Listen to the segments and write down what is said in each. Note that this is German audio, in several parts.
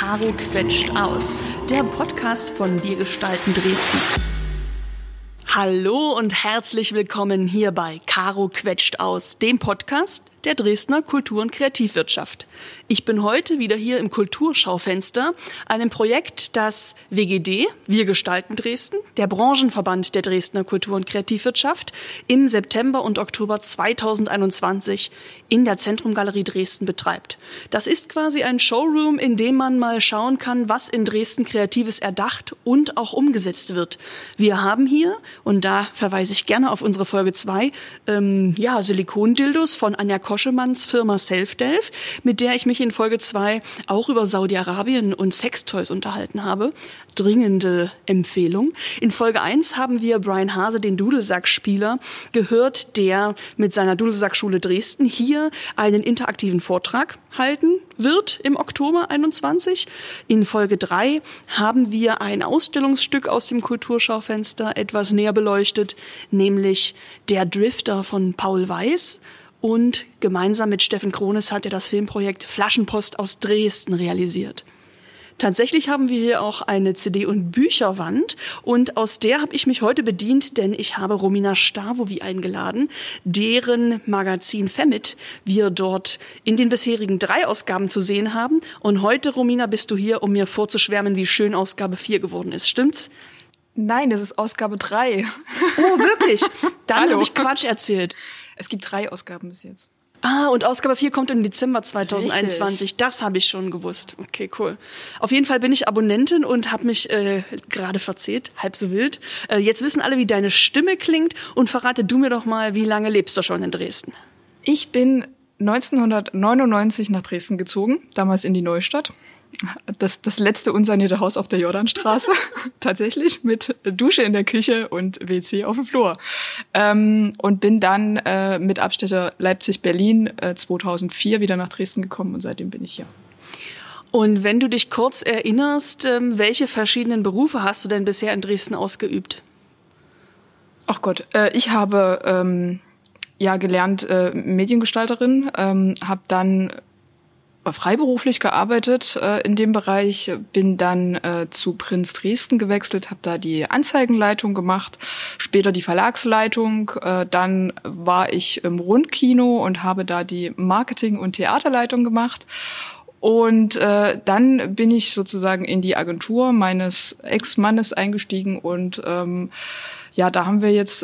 Caro quetscht aus, der Podcast von Wir gestalten Dresden. Hallo und herzlich willkommen hier bei Caro quetscht aus, dem Podcast der Dresdner Kultur- und Kreativwirtschaft. Ich bin heute wieder hier im Kulturschaufenster, einem Projekt, das WGD, Wir gestalten Dresden, der Branchenverband der Dresdner Kultur- und Kreativwirtschaft, im September und Oktober 2021 in der Zentrumgalerie Dresden betreibt. Das ist quasi ein Showroom, in dem man mal schauen kann, was in Dresden Kreatives erdacht und auch umgesetzt wird. Wir haben hier, und da verweise ich gerne auf unsere Folge 2, Silikondildos von Anja Koschemanns Firma Selfdelf, mit der ich mich in Folge 2 auch über Saudi-Arabien und Sextoys unterhalten habe. Dringende Empfehlung. In Folge 1 haben wir Brian Hase, den Dudelsackspieler, gehört, der mit seiner Dudelsackschule Dresden hier einen interaktiven Vortrag halten wird im Oktober 21. In Folge 3 haben wir ein Ausstellungsstück aus dem Kulturschaufenster etwas näher beleuchtet, nämlich Der Drifter von Paul Weiß. Und gemeinsam mit Steffen Krones hat er das Filmprojekt Flaschenpost aus Dresden realisiert. Tatsächlich haben wir hier auch eine CD- und Bücherwand und aus der habe ich mich heute bedient, denn ich habe Romina Stavovi eingeladen, deren Magazin Femit wir dort in den bisherigen 3 Ausgaben zu sehen haben. Und heute, Romina, bist du hier, um mir vorzuschwärmen, wie schön Ausgabe 4 geworden ist. Stimmt's? Nein, das ist Ausgabe 3. Oh, wirklich? Dann habe ich Quatsch erzählt. Es gibt 3 Ausgaben bis jetzt. Ah, und Ausgabe 4 kommt im Dezember 2021. Richtig. Das habe ich schon gewusst. Okay, cool. Auf jeden Fall bin ich Abonnentin und habe mich gerade verzählt, halb so wild. Jetzt wissen alle, wie deine Stimme klingt und verrate du mir doch mal, wie lange lebst du schon in Dresden? Ich bin 1999 nach Dresden gezogen, damals in die Neustadt. Das letzte unsanierte Haus auf der Jordanstraße, tatsächlich, mit Dusche in der Küche und WC auf dem Flur. Und bin dann mit Abstecher Leipzig-Berlin 2004 wieder nach Dresden gekommen und seitdem bin ich hier. Und wenn du dich kurz erinnerst, welche verschiedenen Berufe hast du denn bisher in Dresden ausgeübt? Ach Gott, ich habe gelernt Mediengestalterin, habe dann freiberuflich gearbeitet in dem Bereich, bin dann zu Prinz Dresden gewechselt, habe da die Anzeigenleitung gemacht, später die Verlagsleitung, dann war ich im Rundkino und habe da die Marketing- und Theaterleitung gemacht. Und dann bin ich sozusagen in die Agentur meines Ex-Mannes eingestiegen und da haben wir jetzt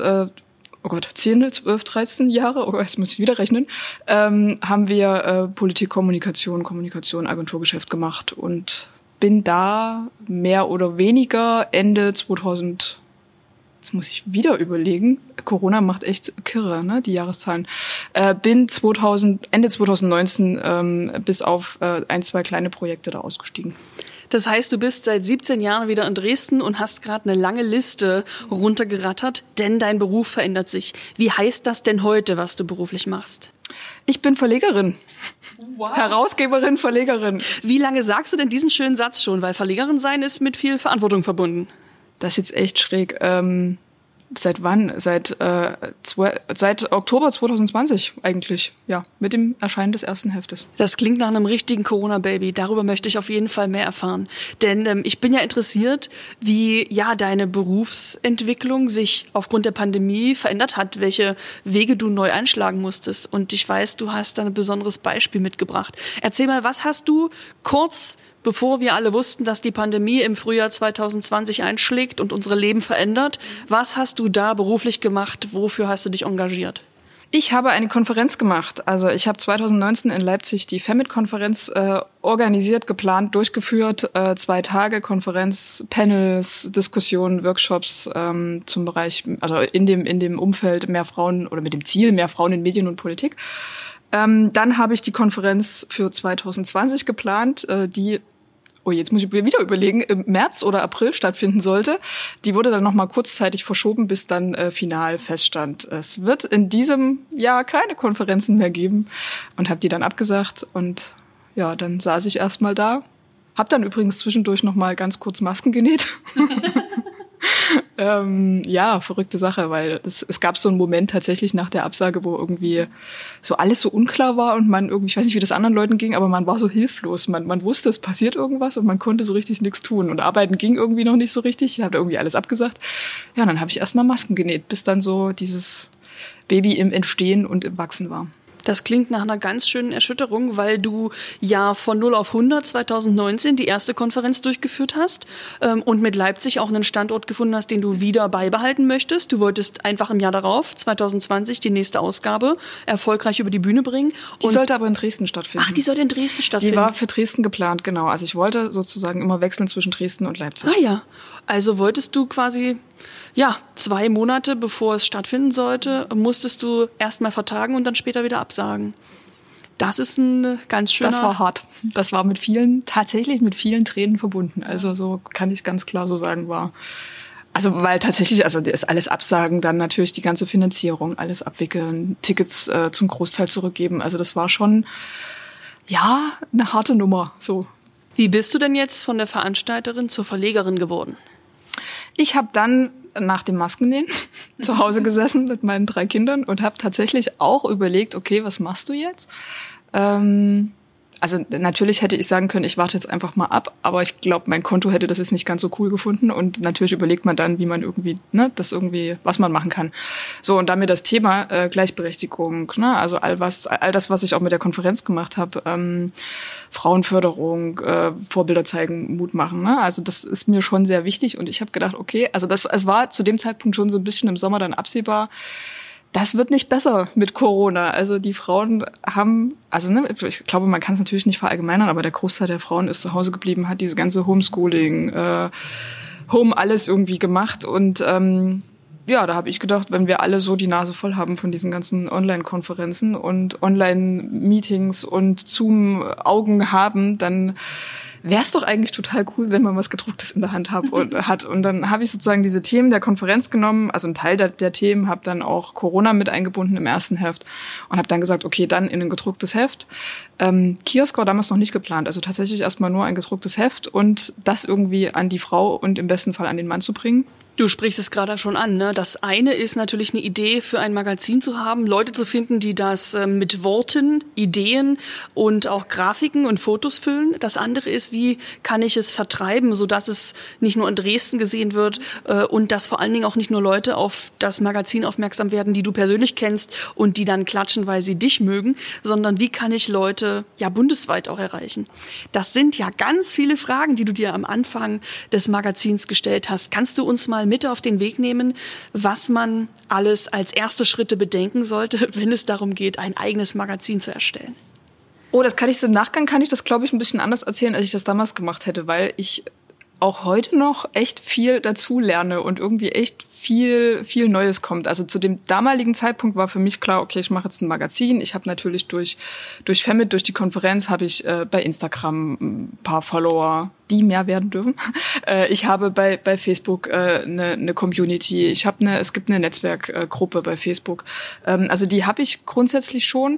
10, 12, 13 Jahre, jetzt muss ich wieder rechnen, haben wir Politik, Kommunikation, Agenturgeschäft gemacht und bin da mehr oder weniger Ende 2000, jetzt muss ich wieder überlegen, Corona macht echt kirre, ne, die Jahreszahlen, bin Ende 2019 bis auf 1, 2 kleine Projekte da ausgestiegen. Das heißt, du bist seit 17 Jahren wieder in Dresden und hast gerade eine lange Liste runtergerattert, denn dein Beruf verändert sich. Wie heißt das denn heute, was du beruflich machst? Ich bin Verlegerin. Wow. Herausgeberin, Verlegerin. Wie lange sagst du denn diesen schönen Satz schon? Weil Verlegerin sein ist mit viel Verantwortung verbunden. Das ist jetzt echt schräg. Seit wann? Seit Oktober 2020 eigentlich, ja, mit dem Erscheinen des ersten Heftes. Das klingt nach einem richtigen Corona-Baby. Darüber möchte ich auf jeden Fall mehr erfahren. Denn ich bin ja interessiert, wie deine Berufsentwicklung sich aufgrund der Pandemie verändert hat, welche Wege du neu einschlagen musstest. Und ich weiß, du hast da ein besonderes Beispiel mitgebracht. Erzähl mal, was hast du kurz bevor wir alle wussten, dass die Pandemie im Frühjahr 2020 einschlägt und unsere Leben verändert, was hast du da beruflich gemacht? Wofür hast du dich engagiert? Ich habe eine Konferenz gemacht. Also ich habe 2019 in Leipzig die Femit-Konferenz organisiert, geplant, durchgeführt. 2 Tage Konferenz, Panels, Diskussionen, Workshops zum Bereich, also in dem Umfeld mehr Frauen oder mit dem Ziel mehr Frauen in Medien und Politik. Dann habe ich die Konferenz für 2020 geplant, die jetzt muss ich mir wieder überlegen, im März oder April stattfinden sollte. Die wurde dann nochmal kurzzeitig verschoben, bis dann final feststand. Es wird in diesem Jahr keine Konferenzen mehr geben und habe die dann abgesagt. Und ja, dann saß ich erstmal da. Hab dann übrigens zwischendurch nochmal ganz kurz Masken genäht. Ja, verrückte Sache, weil es gab so einen Moment tatsächlich nach der Absage, wo irgendwie so alles so unklar war und man irgendwie, ich weiß nicht, wie das anderen Leuten ging, aber man war so hilflos. Man wusste, es passiert irgendwas und man konnte so richtig nichts tun. Und Arbeiten ging irgendwie noch nicht so richtig. Ich habe irgendwie alles abgesagt. Ja, und dann habe ich erstmal Masken genäht, bis dann so dieses Baby im Entstehen und im Wachsen war. Das klingt nach einer ganz schönen Erschütterung, weil du ja von 0 auf 100 2019 die erste Konferenz durchgeführt hast und mit Leipzig auch einen Standort gefunden hast, den du wieder beibehalten möchtest. Du wolltest einfach im Jahr darauf, 2020, die nächste Ausgabe erfolgreich über die Bühne bringen. Die sollte aber in Dresden stattfinden. Ach, die sollte in Dresden stattfinden. Die war für Dresden geplant, genau. Also ich wollte sozusagen immer wechseln zwischen Dresden und Leipzig. Ah ja, also wolltest du quasi... Ja, 2 Monate bevor es stattfinden sollte, musstest du erstmal vertagen und dann später wieder absagen. Das ist ein ganz schöner... Das war hart. Das war tatsächlich mit vielen Tränen verbunden. Also so kann ich ganz klar so sagen, war... Also weil tatsächlich, also das alles absagen, dann natürlich die ganze Finanzierung, alles abwickeln, Tickets zum Großteil zurückgeben. Also das war schon, ja, eine harte Nummer, so. Wie bist du denn jetzt von der Veranstalterin zur Verlegerin geworden? Ich habe dann nach dem Maskennähen zu Hause gesessen mit meinen 3 Kindern und habe tatsächlich auch überlegt, okay, was machst du jetzt? Also natürlich hätte ich sagen können, ich warte jetzt einfach mal ab, aber ich glaube, mein Konto hätte das jetzt nicht ganz so cool gefunden und natürlich überlegt man dann, wie man irgendwie, das irgendwie, was man machen kann. So, und dann mir das Thema Gleichberechtigung, also all das, was ich auch mit der Konferenz gemacht habe, Frauenförderung, Vorbilder zeigen, Mut machen, also das ist mir schon sehr wichtig und ich habe gedacht, okay, also es war zu dem Zeitpunkt schon so ein bisschen im Sommer dann absehbar, das wird nicht besser mit Corona. Also die Frauen haben, ich glaube, man kann es natürlich nicht verallgemeinern, aber der Großteil der Frauen ist zu Hause geblieben, hat diese ganze Homeschooling, Home alles irgendwie gemacht. Und da habe ich gedacht, wenn wir alle so die Nase voll haben von diesen ganzen Online-Konferenzen und Online-Meetings und Zoom-Augen haben, dann wäre es doch eigentlich total cool, wenn man was Gedrucktes in der Hand hat. Und dann habe ich sozusagen diese Themen der Konferenz genommen, also einen Teil der Themen, habe dann auch Corona mit eingebunden im ersten Heft und habe dann gesagt, okay, dann in ein gedrucktes Heft. Kiosk war damals noch nicht geplant, also tatsächlich erstmal nur ein gedrucktes Heft und das irgendwie an die Frau und im besten Fall an den Mann zu bringen. Du sprichst es gerade schon an, ne? Das eine ist natürlich eine Idee für ein Magazin zu haben, Leute zu finden, die das mit Worten, Ideen und auch Grafiken und Fotos füllen. Das andere ist, wie kann ich es vertreiben, sodass es nicht nur in Dresden gesehen wird und dass vor allen Dingen auch nicht nur Leute auf das Magazin aufmerksam werden, die du persönlich kennst und die dann klatschen, weil sie dich mögen, sondern wie kann ich Leute ja bundesweit auch erreichen. Das sind ja ganz viele Fragen, die du dir am Anfang des Magazins gestellt hast. Kannst du uns mal mit auf den Weg nehmen, was man alles als erste Schritte bedenken sollte, wenn es darum geht, ein eigenes Magazin zu erstellen? Oh, im Nachgang kann ich das, glaube ich, ein bisschen anders erzählen, als ich das damals gemacht hätte, weil ich auch heute noch echt viel dazu lerne und irgendwie echt viel Neues kommt. Also zu dem damaligen Zeitpunkt war für mich klar, okay, ich mache jetzt ein Magazin. Ich habe natürlich durch Femit, durch die Konferenz, habe ich bei Instagram ein paar Follower, die mehr werden dürfen. Ich habe bei Facebook eine Community. Es gibt eine Netzwerkgruppe bei Facebook. Also die habe ich grundsätzlich schon.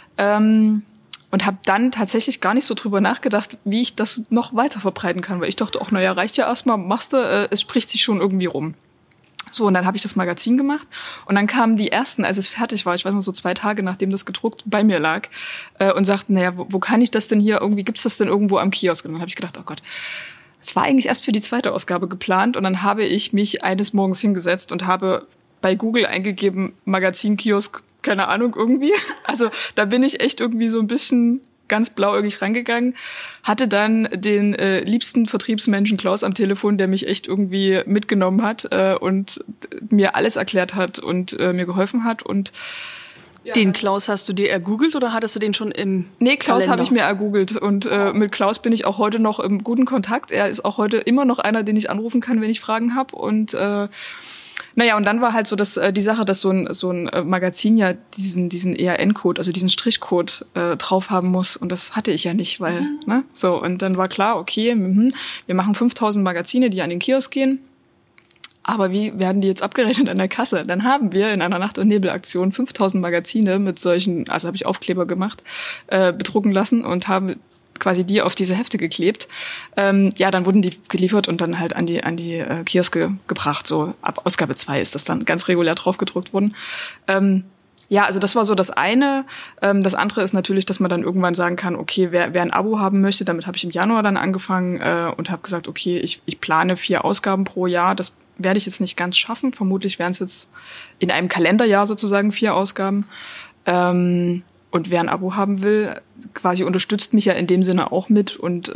Und habe dann tatsächlich gar nicht so drüber nachgedacht, wie ich das noch weiter verbreiten kann. Weil ich dachte, reicht ja erstmal, machst du, es spricht sich schon irgendwie rum. So, und dann habe ich das Magazin gemacht. Und dann kamen die ersten, als es fertig war, ich weiß noch, so 2 Tage, nachdem das gedruckt bei mir lag, und sagten, wo kann ich das denn hier irgendwie, gibt's das denn irgendwo am Kiosk? Und dann habe ich gedacht, oh Gott, es war eigentlich erst für die 2. Ausgabe geplant. Und dann habe ich mich eines Morgens hingesetzt und habe bei Google eingegeben, Magazin, Kiosk, keine Ahnung, irgendwie. Also da bin ich echt irgendwie so ein bisschen ganz blauäugig rangegangen. Hatte dann den liebsten Vertriebsmenschen Klaus am Telefon, der mich echt irgendwie mitgenommen hat und mir alles erklärt hat und mir geholfen hat. Und den Klaus hast du dir ergoogelt oder hattest du den schon im Nee, Klaus Kalender? Habe ich mir ergoogelt und mit Klaus bin ich auch heute noch im guten Kontakt. Er ist auch heute immer noch einer, den ich anrufen kann, wenn ich Fragen habe. Und und dann war halt so die Sache, dass so ein Magazin ja diesen ERN-Code, also diesen Strichcode drauf haben muss. Und das hatte ich ja nicht, weil, so. Und dann war klar, okay, wir machen 5000 Magazine, die an den Kiosk gehen. Aber wie werden die jetzt abgerechnet an der Kasse? Dann haben wir in einer Nacht- und Nebel-Aktion 5000 Magazine mit solchen, also habe ich Aufkleber gemacht, bedrucken lassen und haben quasi die auf diese Hefte geklebt. Ja, dann wurden die geliefert und dann halt an die Kioske gebracht. So ab Ausgabe 2 ist das dann ganz regulär draufgedruckt worden. Ja, also das war so das eine. Das andere ist natürlich, dass man dann irgendwann sagen kann, okay, wer ein Abo haben möchte, damit habe ich im Januar dann angefangen und habe gesagt, okay, ich plane 4 Ausgaben pro Jahr. Das werde ich jetzt nicht ganz schaffen. Vermutlich wären es jetzt in einem Kalenderjahr sozusagen 4 Ausgaben. Und wer ein Abo haben will, quasi unterstützt mich ja in dem Sinne auch mit und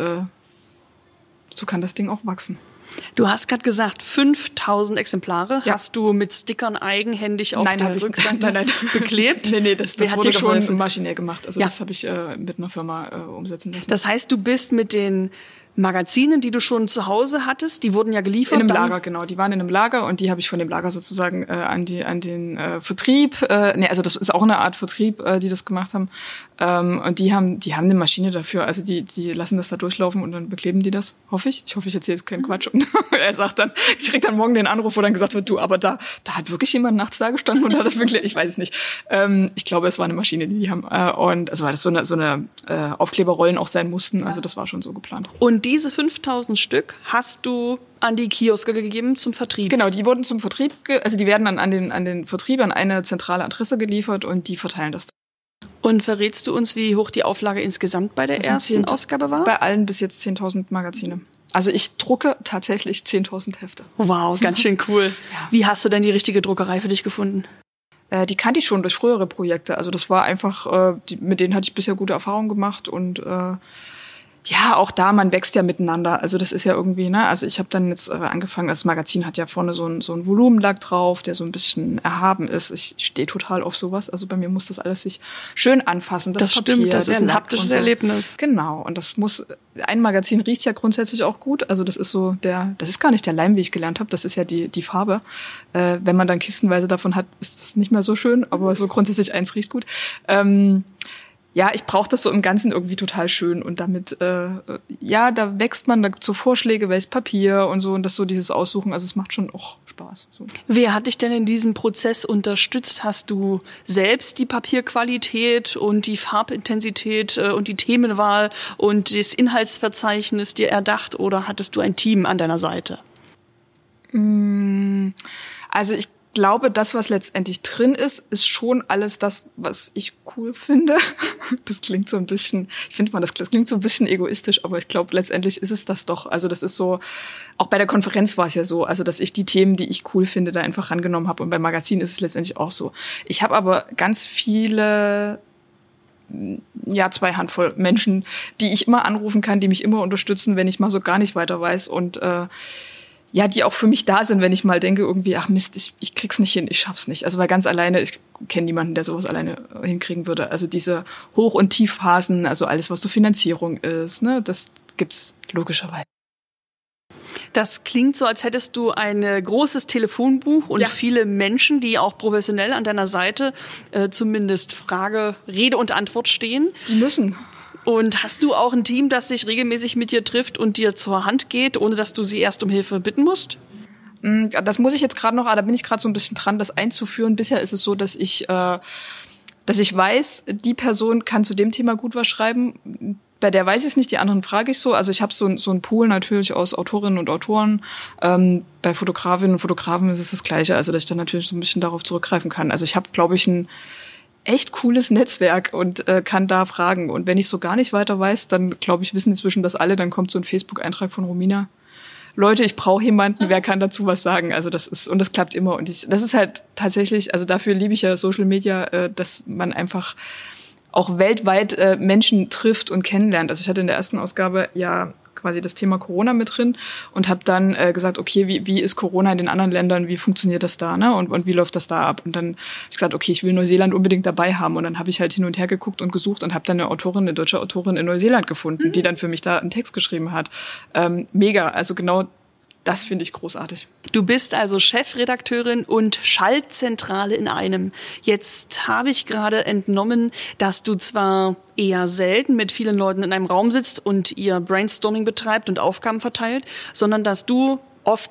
so kann das Ding auch wachsen. Du hast gerade gesagt, 5000 Exemplare hast du mit Stickern eigenhändig auf der Rückseite beklebt? Nee, das wurde schon maschinell gemacht. Also das habe ich mit einer Firma umsetzen lassen. Das heißt, du bist mit den Magazinen, die du schon zu Hause hattest, die wurden ja geliefert? In einem Lager, genau. Die waren in einem Lager und die habe ich von dem Lager sozusagen an den Vertrieb. Also das ist auch eine Art Vertrieb, die das gemacht haben. Und die haben eine Maschine dafür. Also die lassen das da durchlaufen und dann bekleben die das, hoffe ich. Ich hoffe, ich erzähle jetzt keinen Quatsch. Und er sagt dann, ich krieg dann morgen den Anruf, wo dann gesagt wird, du, aber da hat wirklich jemand nachts da gestanden und hat das beklebt. Ich weiß es nicht. Ich glaube, es war eine Maschine, die haben. Und also weil das so eine Aufkleberrollen auch sein mussten. Also das war schon so geplant. Und diese 5000 Stück hast du an die Kioske gegeben zum Vertrieb? Genau, die wurden zum Vertrieb, also die werden dann an den Vertrieb an eine zentrale Adresse geliefert und die verteilen das. Und verrätst du uns, wie hoch die Auflage insgesamt bei der ersten Ausgabe war? Bei allen bis jetzt 10.000 Magazine. Also ich drucke tatsächlich 10.000 Hefte. Wow, ganz schön cool. Ja. Wie hast du denn die richtige Druckerei für dich gefunden? Die kannte ich schon durch frühere Projekte. Also das war einfach, mit denen hatte ich bisher gute Erfahrungen gemacht und ja, auch da, man wächst ja miteinander. Also das ist ja irgendwie, ne? Also ich habe dann jetzt angefangen, das Magazin hat ja vorne so ein Volumenlack drauf, der so ein bisschen erhaben ist. Ich stehe total auf sowas. Also bei mir muss das alles sich schön anfassen. Das Papier, stimmt, das ist ein haptisches Erlebnis. Genau, und ein Magazin riecht ja grundsätzlich auch gut. Also das ist das ist gar nicht der Leim, wie ich gelernt habe, das ist ja die Farbe. Wenn man dann kistenweise davon hat, ist das nicht mehr so schön, aber so grundsätzlich eins riecht gut. Ja, ich brauche das so im Ganzen irgendwie total schön und damit, da wächst man dazu Vorschläge, welches Papier und so und das so dieses Aussuchen, also es macht schon auch Spaß. So. Wer hat dich denn in diesem Prozess unterstützt? Hast du selbst die Papierqualität und die Farbintensität und die Themenwahl und das Inhaltsverzeichnis dir erdacht oder hattest du ein Team an deiner Seite? Also ich glaube, das, was letztendlich drin ist schon alles das, was ich cool finde. Das klingt so ein bisschen, das klingt so ein bisschen egoistisch, aber ich glaube, letztendlich ist es das doch. Also das ist so, auch bei der Konferenz war es ja so, also dass ich die Themen, die ich cool finde, da einfach rangenommen habe. Und beim Magazin ist es letztendlich auch so. Ich habe aber ganz viele 2 Handvoll Menschen, die ich immer anrufen kann, die mich immer unterstützen, wenn ich mal so gar nicht weiter weiß und die auch für mich da sind, wenn ich mal denke irgendwie, ach Mist, ich krieg's nicht hin, ich schaff's nicht. Also weil ganz alleine, ich kenne niemanden, der sowas alleine hinkriegen würde. Also diese Hoch- und Tiefphasen, also alles, was so Finanzierung ist, ne, das gibt's logischerweise. Das klingt so, als hättest du ein großes Telefonbuch und viele Menschen, die auch professionell an deiner Seite zumindest Rede und Antwort stehen. Die müssen. Und hast du auch ein Team, das sich regelmäßig mit dir trifft und dir zur Hand geht, ohne dass du sie erst um Hilfe bitten musst? Das muss ich jetzt gerade noch, da bin ich gerade so ein bisschen dran, das einzuführen. Bisher ist es so, dass ich weiß, die Person kann zu dem Thema gut was schreiben. Bei der weiß ich es nicht, die anderen frage ich so. Also ich habe so einen Pool natürlich aus Autorinnen und Autoren. Bei Fotografinnen und Fotografen ist es das Gleiche, also dass ich dann natürlich so ein bisschen darauf zurückgreifen kann. Also ich habe, glaube ich, ein echt cooles Netzwerk und kann da fragen. Und wenn ich so gar nicht weiter weiß, dann, glaube ich, wissen inzwischen das alle. Dann kommt so ein Facebook-Eintrag von Romina. Leute, ich brauche jemanden, wer kann dazu was sagen? Also das klappt immer. Und das ist halt tatsächlich, also dafür liebe ich ja Social Media, dass man einfach auch weltweit Menschen trifft und kennenlernt. Also ich hatte in der ersten Ausgabe ja quasi das Thema Corona mit drin und habe dann gesagt, okay, wie ist Corona in den anderen Ländern, wie funktioniert das da, ne? Und wie läuft das da ab? Und dann habe ich gesagt, okay, ich will Neuseeland unbedingt dabei haben. Und dann habe ich halt hin und her geguckt und gesucht und habe dann eine deutsche Autorin in Neuseeland gefunden, die dann für mich da einen Text geschrieben hat. Mega, also genau das finde ich großartig. Du bist also Chefredakteurin und Schaltzentrale in einem. Jetzt habe ich gerade entnommen, dass du zwar eher selten mit vielen Leuten in einem Raum sitzt und ihr Brainstorming betreibt und Aufgaben verteilt, sondern dass du oft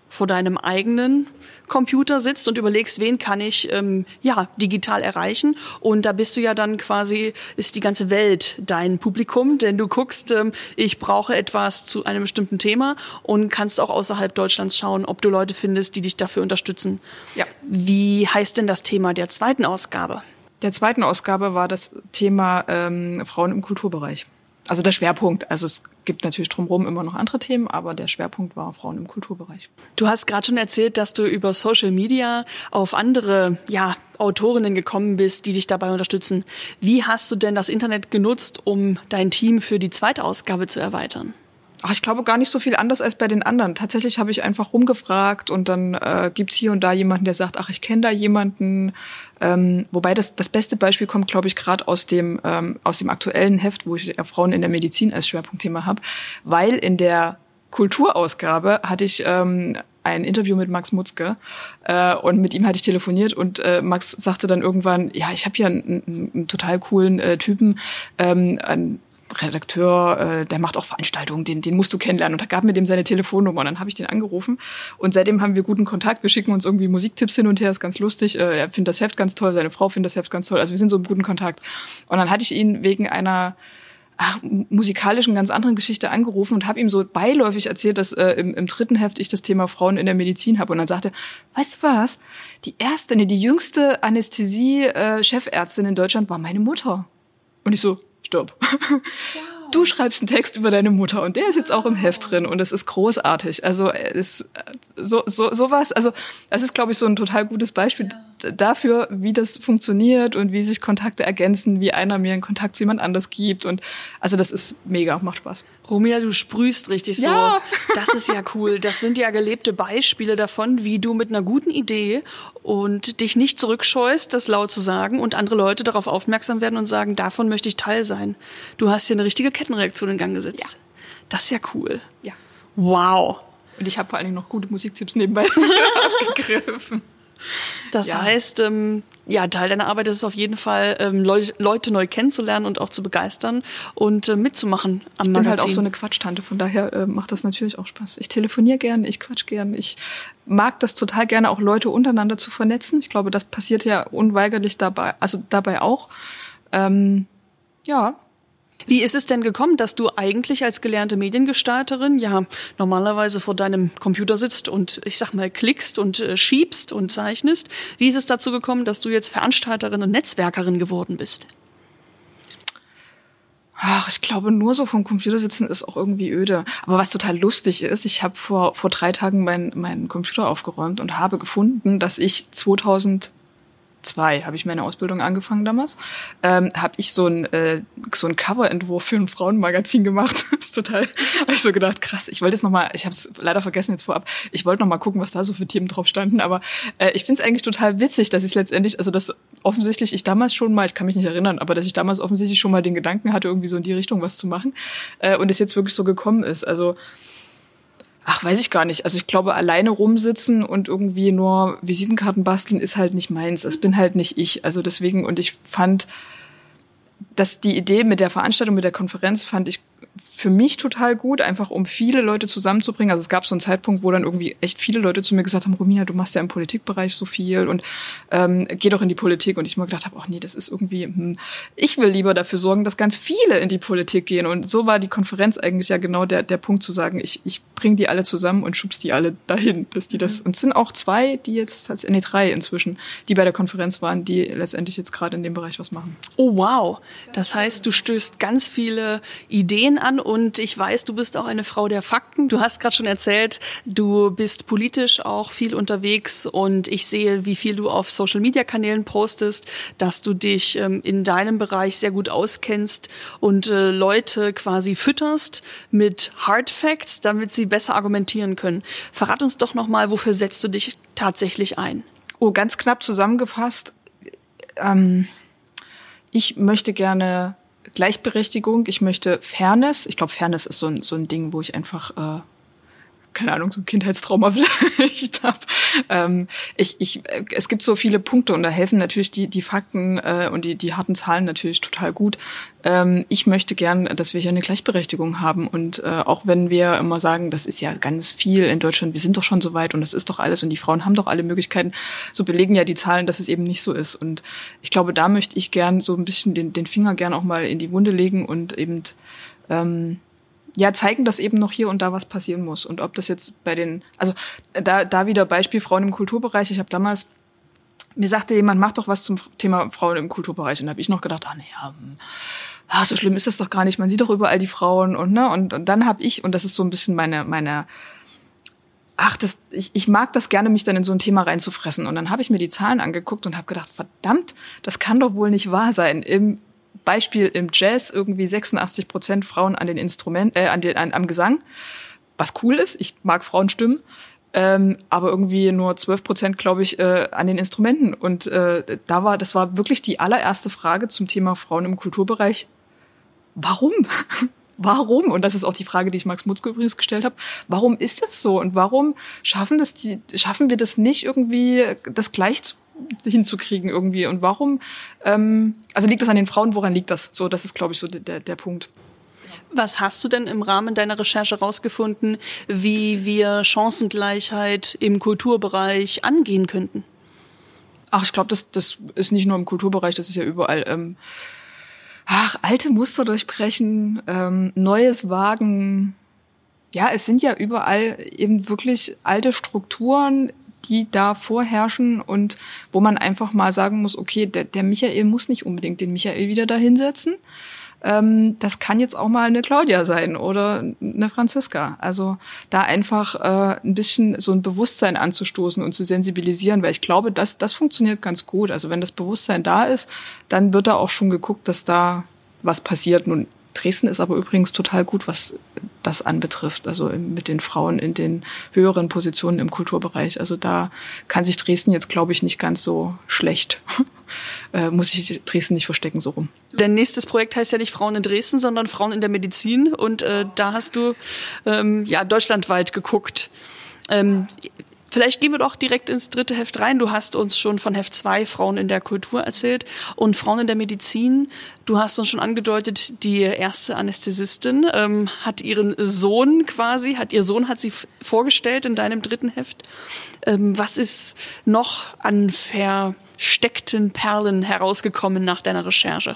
vor deinem eigenen Computer sitzt und überlegst, wen kann ich digital erreichen. Und da bist du ja dann quasi, ist die ganze Welt dein Publikum, denn du guckst, ich brauche etwas zu einem bestimmten Thema und kannst auch außerhalb Deutschlands schauen, ob du Leute findest, die dich dafür unterstützen. Ja. Wie heißt denn das Thema der zweiten Ausgabe? Der zweiten Ausgabe war das Thema Frauen im Kulturbereich. Also der Schwerpunkt. Also es gibt natürlich drumherum immer noch andere Themen, aber der Schwerpunkt war Frauen im Kulturbereich. Du hast gerade schon erzählt, dass du über Social Media auf andere Autorinnen gekommen bist, die dich dabei unterstützen. Wie hast du denn das Internet genutzt, um dein Team für die zweite Ausgabe zu erweitern? Ach, ich glaube gar nicht so viel anders als bei den anderen. Tatsächlich habe ich einfach rumgefragt und dann gibt's hier und da jemanden, der sagt, ach, ich kenne da jemanden. Wobei das beste Beispiel kommt, glaube ich, gerade aus dem aktuellen Heft, wo ich Frauen in der Medizin als Schwerpunktthema habe, weil in der Kulturausgabe hatte ich ein Interview mit Max Mutzke und mit ihm hatte ich telefoniert und Max sagte dann irgendwann, ja, ich habe hier einen total coolen Typen, einen Redakteur, der macht auch Veranstaltungen, den musst du kennenlernen. Und er gab mir dem seine Telefonnummer und dann habe ich den angerufen und seitdem haben wir guten Kontakt. Wir schicken uns irgendwie Musiktipps hin und her, ist ganz lustig. Er findet das Heft ganz toll, seine Frau findet das Heft ganz toll. Also wir sind so im guten Kontakt. Und dann hatte ich ihn wegen einer musikalischen, ganz anderen Geschichte angerufen und habe ihm so beiläufig erzählt, dass im dritten Heft ich das Thema Frauen in der Medizin habe. Und dann sagte, weißt du was, die jüngste Anästhesie-Chefärztin in Deutschland war meine Mutter. Und ich so, stopp. Wow. Du schreibst einen Text über deine Mutter und der ist jetzt auch im Heft drin und es ist großartig. Also ist sowas, also das ist, glaube ich, so ein total gutes Beispiel dafür, wie das funktioniert und wie sich Kontakte ergänzen, wie einer mir einen Kontakt zu jemand anders gibt und also das ist mega, macht Spaß. Romina, du sprühst richtig so. Ja. Das ist ja cool. Das sind ja gelebte Beispiele davon, wie du mit einer guten Idee und dich nicht zurückscheust, das laut zu sagen und andere Leute darauf aufmerksam werden und sagen, davon möchte ich Teil sein. Du hast hier eine richtige Kettenreaktion in Gang gesetzt. Ja. Das ist ja cool. Ja. Wow. Und ich habe vor allen Dingen noch gute Musiktipps nebenbei abgegriffen. Das heißt, Teil deiner Arbeit ist es auf jeden Fall, Leute neu kennenzulernen und auch zu begeistern und mitzumachen am Magazin. Ich bin halt auch so eine Quatschtante, von daher macht das natürlich auch Spaß. Ich telefoniere gern, ich quatsch gern, ich mag das total gerne, auch Leute untereinander zu vernetzen. Ich glaube, das passiert ja unweigerlich dabei auch. Wie ist es denn gekommen, dass du eigentlich als gelernte Mediengestalterin normalerweise vor deinem Computer sitzt und ich sag mal klickst und schiebst und zeichnest? Wie ist es dazu gekommen, dass du jetzt Veranstalterin und Netzwerkerin geworden bist? Ach, ich glaube, nur so vom Computer sitzen ist auch irgendwie öde. Aber was total lustig ist, ich habe vor 3 Tagen meinen Computer aufgeräumt und habe gefunden, dass ich 2002 habe ich meine Ausbildung angefangen damals, habe ich so ein Coverentwurf für ein Frauenmagazin gemacht. Das ist total, habe ich so gedacht, krass, ich wollte es nochmal, ich habe es leider vergessen jetzt vorab, ich wollte nochmal gucken, was da so für Themen drauf standen, aber ich finde es eigentlich total witzig, dass ich letztendlich, also dass offensichtlich ich damals schon mal, ich kann mich nicht erinnern, aber dass ich damals offensichtlich schon mal den Gedanken hatte, irgendwie so in die Richtung was zu machen und es jetzt wirklich so gekommen ist. Also weiß ich gar nicht. Also ich glaube, alleine rumsitzen und irgendwie nur Visitenkarten basteln ist halt nicht meins. Das bin halt nicht ich. Also deswegen, und ich fand, dass die Idee mit der Veranstaltung, mit der Konferenz fand ich für mich total gut, einfach um viele Leute zusammenzubringen. Also es gab so einen Zeitpunkt, wo dann irgendwie echt viele Leute zu mir gesagt haben, Romina, du machst ja im Politikbereich so viel und geh doch in die Politik. Und ich mir gedacht habe, ach nee, das ist irgendwie, ich will lieber dafür sorgen, dass ganz viele in die Politik gehen. Und so war die Konferenz eigentlich ja genau der Punkt zu sagen, ich bringe die alle zusammen und schubs die alle dahin, dass die das, und es sind auch 2, die jetzt, 3 inzwischen, die bei der Konferenz waren, die letztendlich jetzt gerade in dem Bereich was machen. Oh wow, das heißt, du stößt ganz viele Ideen an und ich weiß, du bist auch eine Frau der Fakten. Du hast gerade schon erzählt, du bist politisch auch viel unterwegs und ich sehe, wie viel du auf Social-Media-Kanälen postest, dass du dich in deinem Bereich sehr gut auskennst und Leute quasi fütterst mit Hard Facts, damit sie besser argumentieren können. Verrat uns doch nochmal, wofür setzt du dich tatsächlich ein? Oh, ganz knapp zusammengefasst, ich möchte gerne Gleichberechtigung, ich möchte Fairness. Ich glaube, Fairness ist so ein Ding, wo ich einfach keine Ahnung, so ein Kindheitstrauma vielleicht habe. Es gibt so viele Punkte und da helfen natürlich die Fakten und die harten Zahlen natürlich total gut. Ich möchte gern, dass wir hier eine Gleichberechtigung haben und auch wenn wir immer sagen, das ist ja ganz viel in Deutschland, wir sind doch schon so weit und das ist doch alles und die Frauen haben doch alle Möglichkeiten, so belegen ja die Zahlen, dass es eben nicht so ist. Und ich glaube, da möchte ich gern so ein bisschen den Finger gern auch mal in die Wunde legen und eben zeigen, dass eben noch hier und da was passieren muss. Und ob das jetzt also da wieder Beispiel Frauen im Kulturbereich. Ich habe damals, mir sagte jemand, mach doch was zum Thema Frauen im Kulturbereich. Und da habe ich noch gedacht, so schlimm ist das doch gar nicht. Man sieht doch überall die Frauen und dann habe ich, und das ist so ein bisschen ich mag das gerne, mich dann in so ein Thema reinzufressen. Und dann habe ich mir die Zahlen angeguckt und habe gedacht, verdammt, das kann doch wohl nicht wahr sein. Im Beispiel im Jazz irgendwie 86% Frauen an den Instrumenten, am Gesang, was cool ist. Ich mag Frauenstimmen, aber irgendwie nur 12%, glaube ich, an den Instrumenten. Und das war wirklich die allererste Frage zum Thema Frauen im Kulturbereich. Warum? Warum? Und das ist auch die Frage, die ich Max Mutzke übrigens gestellt habe. Warum ist das so? Und warum schaffen wir das nicht irgendwie, das gleich hinzukriegen irgendwie? Und warum, also liegt das an den Frauen? Woran liegt das? So, das ist, glaube ich, so der Punkt. Was hast du denn im Rahmen deiner Recherche rausgefunden, wie wir Chancengleichheit im Kulturbereich angehen könnten? Ach, ich glaube, das ist nicht nur im Kulturbereich, das ist ja überall. Alte Muster durchbrechen, Neues wagen. Ja, es sind ja überall eben wirklich alte Strukturen, die da vorherrschen und wo man einfach mal sagen muss, okay, der Michael muss nicht unbedingt den Michael wieder da hinsetzen. Das kann jetzt auch mal eine Claudia sein oder eine Franziska. Also da einfach ein bisschen so ein Bewusstsein anzustoßen und zu sensibilisieren, weil ich glaube, das funktioniert ganz gut. Also wenn das Bewusstsein da ist, dann wird da auch schon geguckt, dass da was passiert. Nun, Dresden ist aber übrigens total gut, was das anbetrifft, also mit den Frauen in den höheren Positionen im Kulturbereich. Also da kann sich Dresden jetzt, glaube ich, nicht ganz so schlecht, muss ich Dresden nicht verstecken, so rum. Dein nächstes Projekt heißt ja nicht Frauen in Dresden, sondern Frauen in der Medizin und da hast du deutschlandweit geguckt. Vielleicht gehen wir doch direkt ins dritte Heft rein. Du hast uns schon von Heft 2 Frauen in der Kultur erzählt und Frauen in der Medizin. Du hast uns schon angedeutet, die erste Anästhesistin hat ihr Sohn hat sie vorgestellt in deinem dritten Heft. Was ist noch an versteckten Perlen herausgekommen nach deiner Recherche?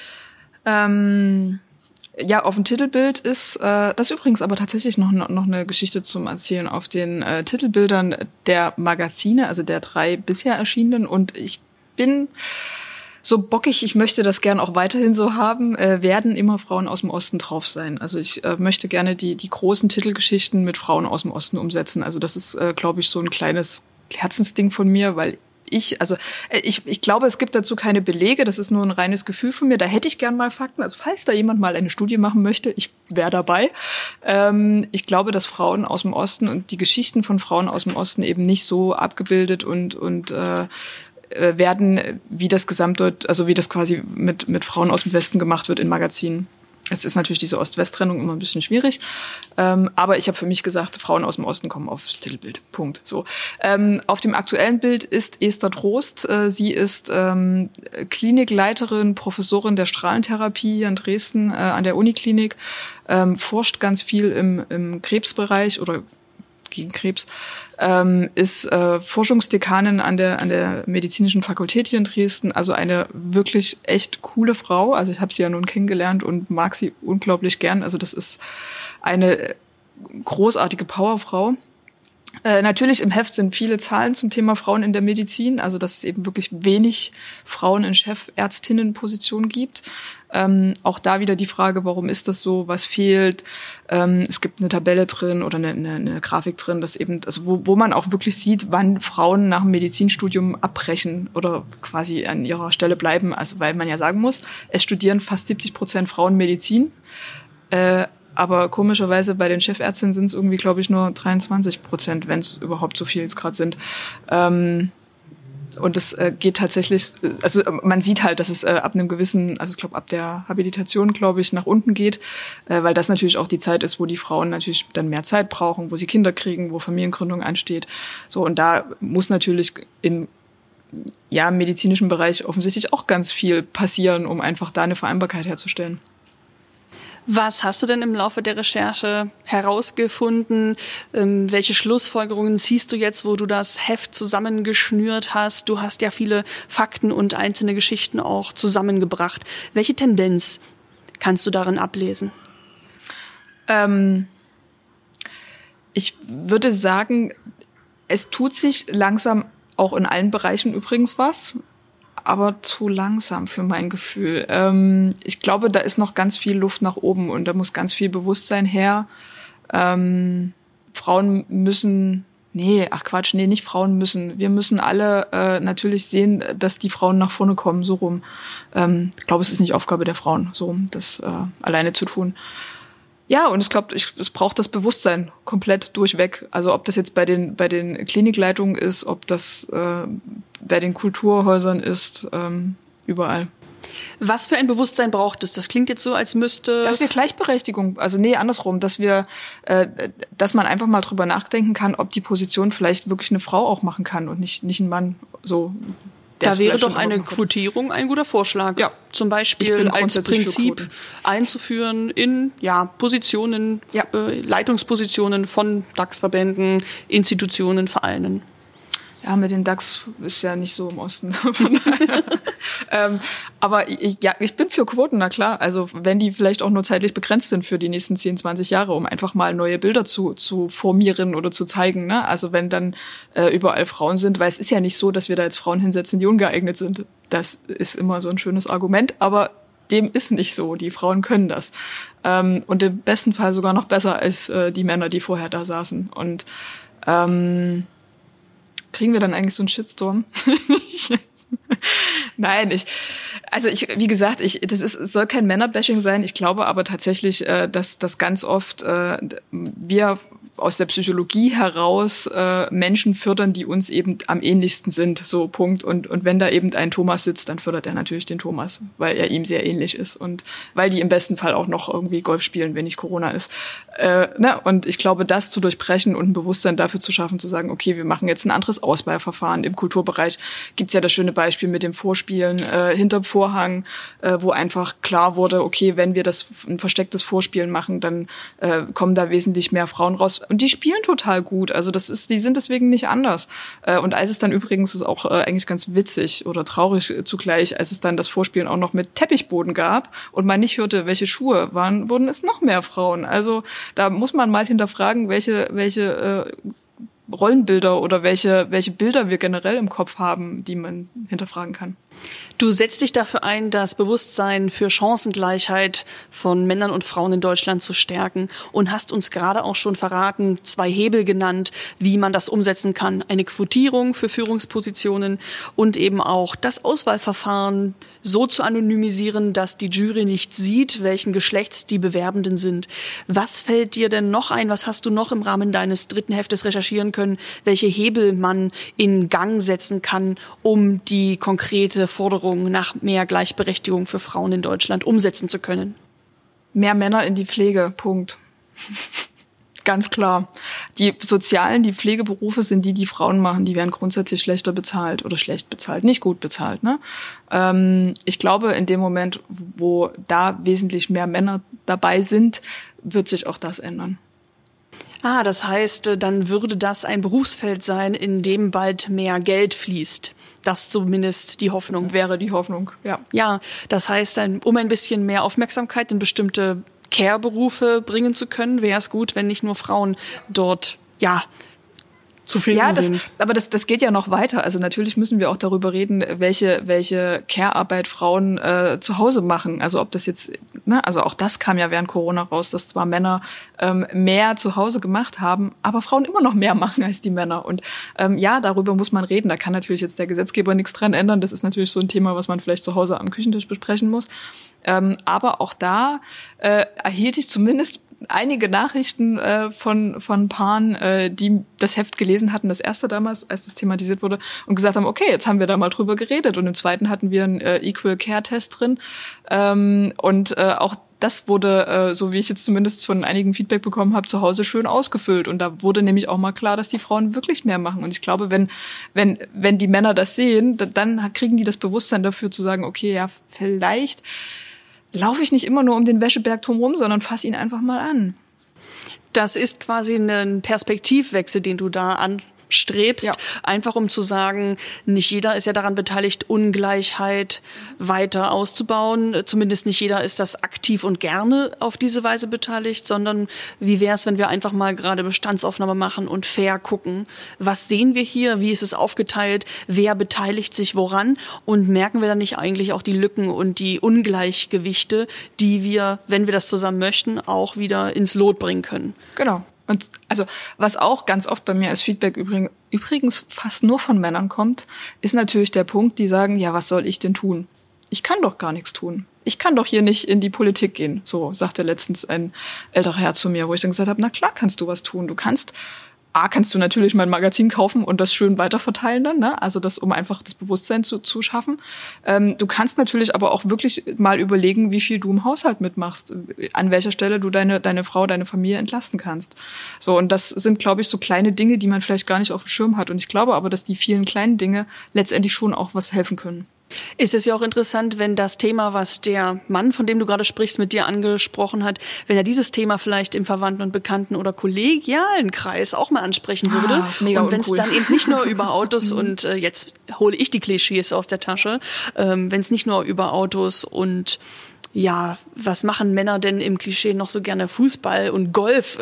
Ja, auf dem Titelbild ist das übrigens aber tatsächlich noch eine Geschichte zum Erzählen auf den Titelbildern der Magazine, also der 3 bisher erschienenen. Und ich bin so bockig, ich möchte das gern auch weiterhin so haben, werden immer Frauen aus dem Osten drauf sein. Also ich möchte gerne die großen Titelgeschichten mit Frauen aus dem Osten umsetzen. Also das ist, glaube ich, so ein kleines Herzensding von mir, weil ich glaube, es gibt dazu keine Belege, das ist nur ein reines Gefühl von mir. Da hätte ich gern mal Fakten. Also falls da jemand mal eine Studie machen möchte, ich wäre dabei. Ich glaube, dass Frauen aus dem Osten und die Geschichten von Frauen aus dem Osten eben nicht so abgebildet und werden, wie das wie das quasi mit Frauen aus dem Westen gemacht wird in Magazinen. Jetzt ist natürlich diese Ost-West-Trennung immer ein bisschen schwierig, aber ich habe für mich gesagt, Frauen aus dem Osten kommen aufs Titelbild. Punkt. So. Auf dem aktuellen Bild ist Esther Trost. Sie ist Klinikleiterin, Professorin der Strahlentherapie hier in Dresden an der Uniklinik, forscht ganz viel im Krebsbereich oder gegen Krebs, ist Forschungsdekanin an der medizinischen Fakultät hier in Dresden, also eine wirklich echt coole Frau. Also ich habe sie ja nun kennengelernt und mag sie unglaublich gern. Also das ist eine großartige Powerfrau. Natürlich im Heft sind viele Zahlen zum Thema Frauen in der Medizin, also dass es eben wirklich wenig Frauen in Chefärztinnenpositionen gibt. Auch da wieder die Frage, warum ist das so, was fehlt? Es gibt eine Tabelle drin oder eine Grafik drin, dass eben, also wo man auch wirklich sieht, wann Frauen nach dem Medizinstudium abbrechen oder quasi an ihrer Stelle bleiben. Also weil man ja sagen muss, es studieren fast 70% Frauen Medizin. Aber komischerweise bei den Chefärztinnen sind es irgendwie, glaube ich, nur 23%, wenn es überhaupt so viel jetzt gerade sind. Und es geht tatsächlich, also man sieht halt, dass es ab einem gewissen, also ich glaube ab der Habilitation, glaube ich, nach unten geht, weil das natürlich auch die Zeit ist, wo die Frauen natürlich dann mehr Zeit brauchen, wo sie Kinder kriegen, wo Familiengründung ansteht. So, und da muss natürlich im medizinischen Bereich offensichtlich auch ganz viel passieren, um einfach da eine Vereinbarkeit herzustellen. Was hast du denn im Laufe der Recherche herausgefunden? Welche Schlussfolgerungen ziehst du jetzt, wo du das Heft zusammengeschnürt hast? Du hast ja viele Fakten und einzelne Geschichten auch zusammengebracht. Welche Tendenz kannst du darin ablesen? Ich würde sagen, es tut sich langsam auch in allen Bereichen übrigens was, aber zu langsam für mein Gefühl. Ich glaube, da ist noch ganz viel Luft nach oben und da muss ganz viel Bewusstsein her. Frauen müssen, nicht Frauen müssen. Wir müssen alle natürlich sehen, dass die Frauen nach vorne kommen, so rum. Ich glaube, es ist nicht Aufgabe der Frauen, so rum, das alleine zu tun. Ja, und ich glaube, es braucht das Bewusstsein komplett durchweg. Also ob das jetzt bei den Klinikleitungen ist, ob das bei den Kulturhäusern ist, überall. Was für ein Bewusstsein braucht es? Das klingt jetzt so, als müsste... Dass wir Gleichberechtigung, andersrum, dass man einfach mal drüber nachdenken kann, ob die Position vielleicht wirklich eine Frau auch machen kann und nicht ein Mann, so... Da wäre doch eine Quotierung ein guter Vorschlag. Ja. Zum Beispiel als Prinzip einzuführen in Positionen, Leitungspositionen von DAX-Verbänden, Institutionen, Vereinen. Ja, mit den DAX ist ja nicht so im Osten. Aber ich bin für Quoten, na klar. Also wenn die vielleicht auch nur zeitlich begrenzt sind für die nächsten 10, 20 Jahre, um einfach mal neue Bilder zu formieren oder zu zeigen. Ne? Also wenn dann überall Frauen sind, weil es ist ja nicht so, dass wir da jetzt Frauen hinsetzen, die ungeeignet sind. Das ist immer so ein schönes Argument, aber dem ist nicht so. Die Frauen können das. Und im besten Fall sogar noch besser als die Männer, die vorher da saßen. Und kriegen wir dann eigentlich so einen Shitstorm? Nein, wie gesagt, es soll kein Männerbashing sein. Ich glaube aber tatsächlich, dass das ganz oft wir aus der Psychologie heraus Menschen fördern, die uns eben am ähnlichsten sind, so Punkt. Und wenn da eben ein Thomas sitzt, dann fördert er natürlich den Thomas, weil er ihm sehr ähnlich ist und weil die im besten Fall auch noch irgendwie Golf spielen, wenn nicht Corona ist. Und ich glaube, das zu durchbrechen und ein Bewusstsein dafür zu schaffen, zu sagen, okay, wir machen jetzt ein anderes Auswahlverfahren. Im Kulturbereich gibt's ja das schöne Beispiel mit dem Vorspielen hinterm Vorhang, wo einfach klar wurde, okay, wenn wir ein verstecktes Vorspielen machen, dann kommen da wesentlich mehr Frauen raus. Und die spielen total gut. Also die sind deswegen nicht anders. Und als es dann übrigens ist auch eigentlich ganz witzig oder traurig zugleich, als es dann das Vorspielen auch noch mit Teppichboden gab und man nicht hörte, welche Schuhe waren, wurden es noch mehr Frauen. Also da muss man mal hinterfragen, welche Rollenbilder oder welche Bilder wir generell im Kopf haben, die man hinterfragen kann. Du setzt dich dafür ein, das Bewusstsein für Chancengleichheit von Männern und Frauen in Deutschland zu stärken und hast uns gerade auch schon verraten, 2 Hebel genannt, wie man das umsetzen kann. Eine Quotierung für Führungspositionen und eben auch das Auswahlverfahren so zu anonymisieren, dass die Jury nicht sieht, welchen Geschlechts die Bewerbenden sind. Was fällt dir denn noch ein? Was hast du noch im Rahmen deines 3. Heftes recherchieren können? Welche Hebel man in Gang setzen kann, um die konkrete Forderung nach mehr Gleichberechtigung für Frauen in Deutschland umsetzen zu können? Mehr Männer in die Pflege, Punkt. Ganz klar. Die Pflegeberufe sind die Frauen machen, die werden grundsätzlich schlechter bezahlt oder schlecht bezahlt, nicht gut bezahlt. Ne? Ich glaube, in dem Moment, wo da wesentlich mehr Männer dabei sind, wird sich auch das ändern. Das heißt, dann würde das ein Berufsfeld sein, in dem bald mehr Geld fließt. Das zumindest die Hoffnung. Wäre die Hoffnung, ja. Ja, das heißt, um ein bisschen mehr Aufmerksamkeit in bestimmte Care-Berufe bringen zu können, wäre es gut, wenn nicht nur Frauen dort, zu finden sind. Aber das geht ja noch weiter. Also natürlich müssen wir auch darüber reden, welche Care-Arbeit Frauen zu Hause machen. Also ob das jetzt, also auch das kam ja während Corona raus, dass zwar Männer mehr zu Hause gemacht haben, aber Frauen immer noch mehr machen als die Männer. Und darüber muss man reden. Da kann natürlich jetzt der Gesetzgeber nichts dran ändern. Das ist natürlich so ein Thema, was man vielleicht zu Hause am Küchentisch besprechen muss. Aber auch da erhielt ich zumindest einige Nachrichten von Paaren, die das Heft gelesen hatten, das erste damals, als das thematisiert wurde, und gesagt haben, okay, jetzt haben wir da mal drüber geredet. Und im zweiten hatten wir einen Equal Care Test drin. Und auch das wurde, so wie ich jetzt zumindest von einigen Feedback bekommen habe, zu Hause schön ausgefüllt. Und da wurde nämlich auch mal klar, dass die Frauen wirklich mehr machen. Und ich glaube, wenn die Männer das sehen, dann kriegen die das Bewusstsein dafür zu sagen, okay, ja, vielleicht laufe ich nicht immer nur um den Wäscheberg drumherum, sondern fass ihn einfach mal an. Das ist quasi ein Perspektivwechsel, den du da anstrebst, ja. Einfach um zu sagen, nicht jeder ist ja daran beteiligt, Ungleichheit weiter auszubauen. Zumindest nicht jeder ist das aktiv und gerne auf diese Weise beteiligt, sondern wie wäre es, wenn wir einfach mal gerade Bestandsaufnahme machen und fair gucken, was sehen wir hier, wie ist es aufgeteilt, wer beteiligt sich woran und merken wir dann nicht eigentlich auch die Lücken und die Ungleichgewichte, die wir, wenn wir das zusammen möchten, auch wieder ins Lot bringen können. Genau. Und also was auch ganz oft bei mir als Feedback übrigens fast nur von Männern kommt, ist natürlich der Punkt, die sagen, ja, was soll ich denn tun? Ich kann doch gar nichts tun. Ich kann doch hier nicht in die Politik gehen. So sagte letztens ein älterer Herr zu mir, wo ich dann gesagt habe, na klar kannst du was tun. Du kannst natürlich mein Magazin kaufen und das schön weiterverteilen dann, ne? Also das, um einfach das Bewusstsein zu schaffen. Du kannst natürlich aber auch wirklich mal überlegen, wie viel du im Haushalt mitmachst, an welcher Stelle du deine Frau, deine Familie entlasten kannst. So, und das sind, glaube ich, so kleine Dinge, die man vielleicht gar nicht auf dem Schirm hat. Und ich glaube aber, dass die vielen kleinen Dinge letztendlich schon auch was helfen können. Ist es ja auch interessant, wenn das Thema, was der Mann, von dem du gerade sprichst, mit dir angesprochen hat, wenn er dieses Thema vielleicht im Verwandten- und Bekannten- oder kollegialen Kreis auch mal ansprechen würde. Ist mega und wenn es uncool. dann eben nicht nur über Autos und jetzt hole ich die Klischees aus der Tasche, wenn es nicht nur über Autos und ja, was machen Männer denn im Klischee noch so gerne Fußball und Golf?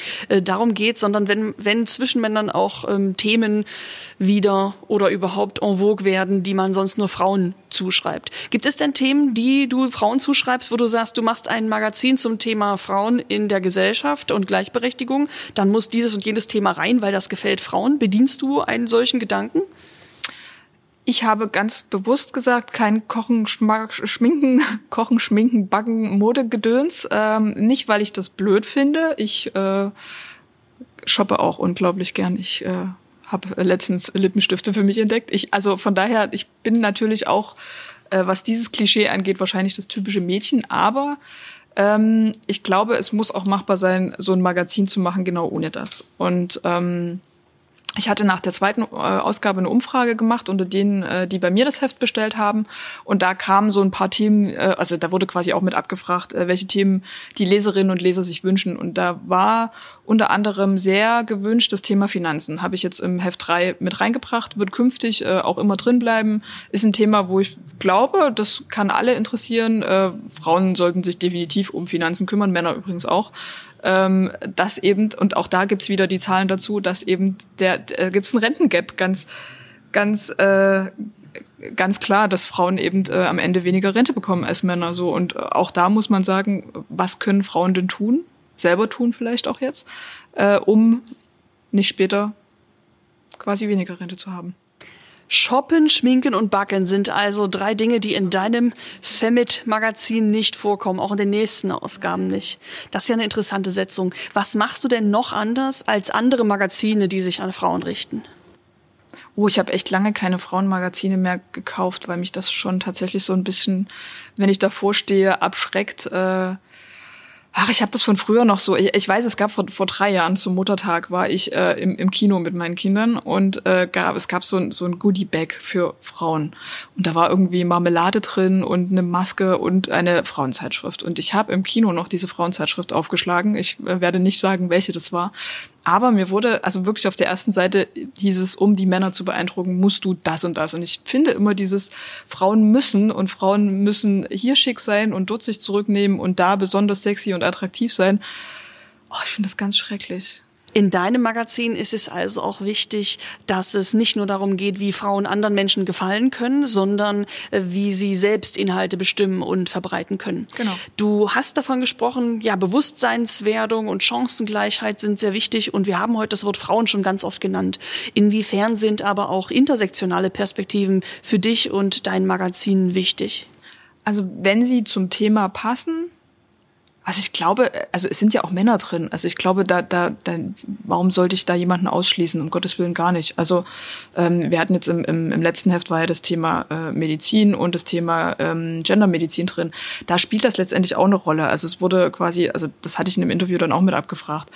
Darum geht's, sondern wenn zwischen Männern auch Themen wieder oder überhaupt en vogue werden, die man sonst nur Frauen zuschreibt. Gibt es denn Themen, die du Frauen zuschreibst, wo du sagst, du machst ein Magazin zum Thema Frauen in der Gesellschaft und Gleichberechtigung, dann muss dieses und jenes Thema rein, weil das gefällt Frauen? Bedienst du einen solchen Gedanken? Ich habe ganz bewusst gesagt, kein Kochen, Schminken, Backen, Modegedöns. Nicht, weil ich das blöd finde. Ich shoppe auch unglaublich gern. Ich habe letztens Lippenstifte für mich entdeckt. Also von daher, ich bin natürlich auch, was dieses Klischee angeht, wahrscheinlich das typische Mädchen. Aber ich glaube, es muss auch machbar sein, so ein Magazin zu machen, genau ohne das. Und ich hatte nach der zweiten Ausgabe eine Umfrage gemacht unter denen, die bei mir das Heft bestellt haben. Und da kamen so ein paar Themen, also da wurde quasi auch mit abgefragt, welche Themen die Leserinnen und Leser sich wünschen. Und da war unter anderem sehr gewünscht das Thema Finanzen. Habe ich jetzt im Heft 3 mit reingebracht, wird künftig auch immer drin bleiben. Ist ein Thema, wo ich glaube, das kann alle interessieren. Frauen sollten sich definitiv um Finanzen kümmern, Männer übrigens auch. Dass eben, und auch da gibt's wieder die Zahlen dazu, dass eben gibt's ein Rentengap, ganz klar, dass Frauen eben am Ende weniger Rente bekommen als Männer, so. Und auch da muss man sagen, was können Frauen denn tun? Selber tun vielleicht auch jetzt, um nicht später quasi weniger Rente zu haben. Shoppen, Schminken und Backen sind also 3 Dinge, die in deinem Femit-Magazin nicht vorkommen, auch in den nächsten Ausgaben nicht. Das ist ja eine interessante Setzung. Was machst du denn noch anders als andere Magazine, die sich an Frauen richten? Ich habe echt lange keine Frauenmagazine mehr gekauft, weil mich das schon tatsächlich so ein bisschen, wenn ich davor stehe, abschreckt. Ich habe das von früher noch so. Ich weiß, es gab vor 3 Jahren zum Muttertag war ich im Kino mit meinen Kindern und es gab so ein Goodie-Bag für Frauen und da war irgendwie Marmelade drin und eine Maske und eine Frauenzeitschrift und ich habe im Kino noch diese Frauenzeitschrift aufgeschlagen. Ich werde nicht sagen, welche das war. Aber mir wurde, also wirklich auf der ersten Seite hieß es, um die Männer zu beeindrucken, musst du das und das. Und ich finde immer dieses Frauen müssen hier schick sein und dort sich zurücknehmen und da besonders sexy und attraktiv sein. Ich finde das ganz schrecklich. In deinem Magazin ist es also auch wichtig, dass es nicht nur darum geht, wie Frauen anderen Menschen gefallen können, sondern wie sie selbst Inhalte bestimmen und verbreiten können. Genau. Du hast davon gesprochen, ja, Bewusstseinswerdung und Chancengleichheit sind sehr wichtig und wir haben heute das Wort Frauen schon ganz oft genannt. Inwiefern sind aber auch intersektionale Perspektiven für dich und dein Magazin wichtig? Also wenn sie zum Thema passen, Also ich glaube, also es sind ja auch Männer drin. Also ich glaube, warum sollte ich da jemanden ausschließen? Um Gottes Willen gar nicht. Also wir hatten jetzt im letzten Heft war ja das Thema Medizin und das Thema Gendermedizin drin. Da spielt das letztendlich auch eine Rolle. Also es wurde quasi, also das hatte ich in dem Interview dann auch mit abgefragt.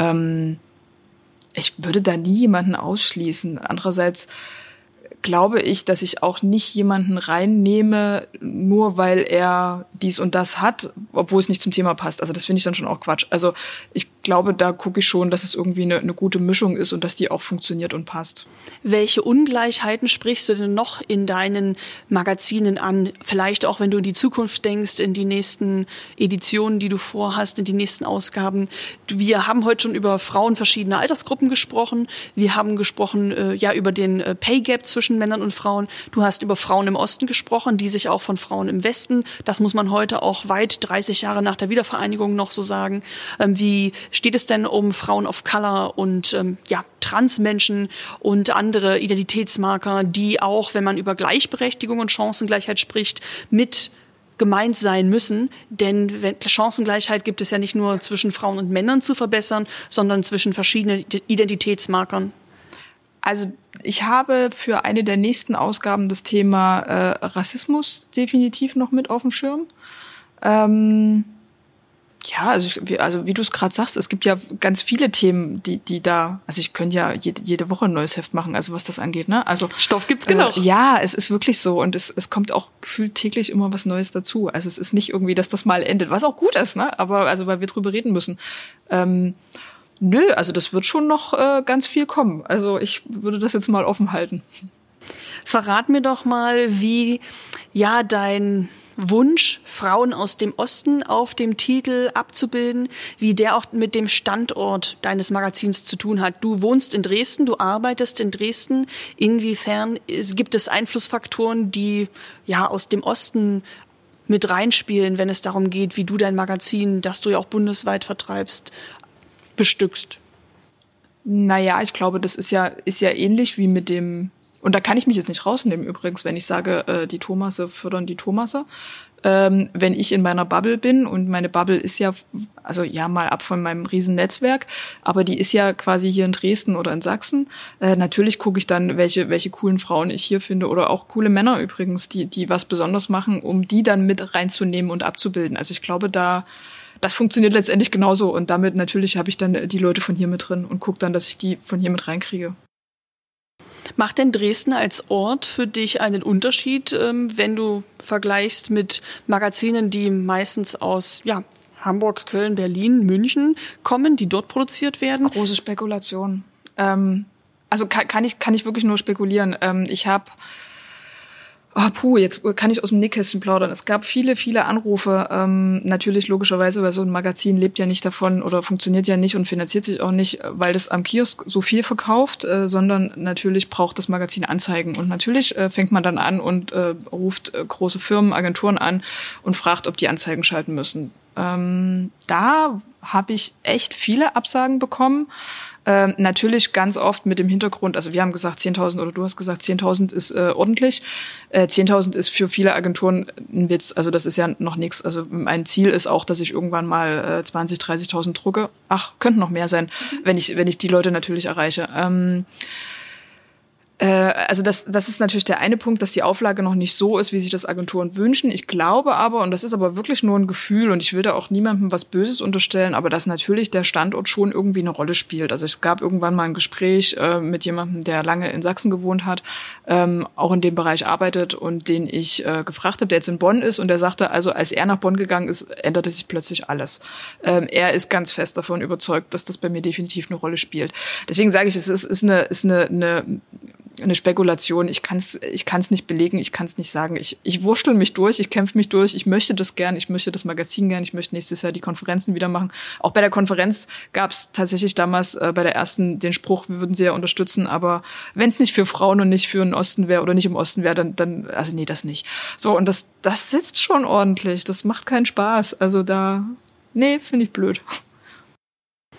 Ich würde da nie jemanden ausschließen. Andererseits glaube ich, dass ich auch nicht jemanden reinnehme, nur weil er dies und das hat, obwohl es nicht zum Thema passt. Also das finde ich dann schon auch Quatsch. Also ich glaube, da gucke ich schon, dass es irgendwie eine gute Mischung ist und dass die auch funktioniert und passt. Welche Ungleichheiten sprichst du denn noch in deinen Magazinen an? Vielleicht auch, wenn du in die Zukunft denkst, in die nächsten Editionen, die du vorhast, in die nächsten Ausgaben. Wir haben heute schon über Frauen verschiedener Altersgruppen gesprochen. Wir haben gesprochen über den Pay Gap zwischen Männern und Frauen. Du hast über Frauen im Osten gesprochen, die sich auch von Frauen im Westen, das muss man heute auch weit 30 Jahre nach der Wiedervereinigung noch so sagen. Wie steht es denn um Frauen of Color und Transmenschen und andere Identitätsmarker, die auch, wenn man über Gleichberechtigung und Chancengleichheit spricht, mit gemeint sein müssen, denn Chancengleichheit gibt es ja nicht nur zwischen Frauen und Männern zu verbessern, sondern zwischen verschiedenen Identitätsmarkern. Also ich habe für eine der nächsten Ausgaben das Thema Rassismus definitiv noch mit auf dem Schirm. Also wie du es gerade sagst, es gibt ja ganz viele Themen, die da, also ich könnte ja jede Woche ein neues Heft machen, also was das angeht, ne? Also Stoff gibt's genug. Ja, es ist wirklich so und es kommt auch gefühlt täglich immer was Neues dazu. Also es ist nicht irgendwie, dass das mal endet, was auch gut ist, ne? Aber also weil wir drüber reden müssen. Also das wird schon noch ganz viel kommen. Also ich würde das jetzt mal offen halten. Verrat mir doch mal, wie dein Wunsch, Frauen aus dem Osten auf dem Titel abzubilden, wie der auch mit dem Standort deines Magazins zu tun hat. Du wohnst in Dresden, du arbeitest in Dresden. Inwiefern gibt es Einflussfaktoren, die aus dem Osten mit reinspielen, wenn es darum geht, wie du dein Magazin, das du ja auch bundesweit vertreibst, bestückst? Naja, ich glaube, das ist ja ähnlich wie mit dem. Und da kann ich mich jetzt nicht rausnehmen übrigens, wenn ich sage, die Thomasse fördern die Thomasse. Wenn ich in meiner Bubble bin und meine Bubble ist mal ab von meinem Riesennetzwerk, aber die ist ja quasi hier in Dresden oder in Sachsen. Natürlich gucke ich dann, welche coolen Frauen ich hier finde oder auch coole Männer übrigens, die was besonders machen, um die dann mit reinzunehmen und abzubilden. Also ich glaube, das funktioniert letztendlich genauso und damit natürlich habe ich dann die Leute von hier mit drin und gucke dann, dass ich die von hier mit reinkriege. Macht denn Dresden als Ort für dich einen Unterschied, wenn du vergleichst mit Magazinen, die meistens aus Hamburg, Köln, Berlin, München kommen, die dort produziert werden? Große Spekulation. Also kann ich wirklich nur spekulieren. Jetzt kann ich aus dem Nähkästchen plaudern. Es gab viele, viele Anrufe. Natürlich logischerweise, weil so ein Magazin lebt ja nicht davon oder funktioniert ja nicht und finanziert sich auch nicht, weil das am Kiosk so viel verkauft, sondern natürlich braucht das Magazin Anzeigen. Und natürlich fängt man dann an und ruft große Firmen, Agenturen an und fragt, ob die Anzeigen schalten müssen. Da habe ich echt viele Absagen bekommen. Natürlich ganz oft mit dem Hintergrund, also wir haben gesagt 10.000 oder du hast gesagt 10.000 ist ordentlich. 10.000 ist für viele Agenturen ein Witz, also das ist ja noch nichts. Also mein Ziel ist auch, dass ich irgendwann mal 20.000, 30.000 drucke. Könnten noch mehr sein, wenn ich die Leute natürlich erreiche. Also das ist natürlich der eine Punkt, dass die Auflage noch nicht so ist, wie sich das Agenturen wünschen. Ich glaube aber, und das ist aber wirklich nur ein Gefühl, und ich will da auch niemandem was Böses unterstellen, aber dass natürlich der Standort schon irgendwie eine Rolle spielt. Also es gab irgendwann mal ein Gespräch mit jemandem, der lange in Sachsen gewohnt hat, auch in dem Bereich arbeitet und den ich gefragt habe, der jetzt in Bonn ist, und der sagte, also als er nach Bonn gegangen ist, änderte sich plötzlich alles. Er ist ganz fest davon überzeugt, dass das bei mir definitiv eine Rolle spielt. Deswegen sage ich, es ist eine Spekulation. Ich kann's nicht belegen, ich kann's nicht sagen. Ich wurschtel mich durch, ich kämpfe mich durch. Ich möchte das gern, ich möchte das Magazin gern, ich möchte nächstes Jahr die Konferenzen wieder machen. Auch bei der Konferenz gab's tatsächlich damals bei der ersten den Spruch, wir würden sie ja unterstützen, aber wenn es nicht für Frauen und nicht für den Osten wäre oder nicht im Osten wäre, dann also nee, das nicht. So, und das sitzt schon ordentlich. Das macht keinen Spaß. Also finde ich blöd.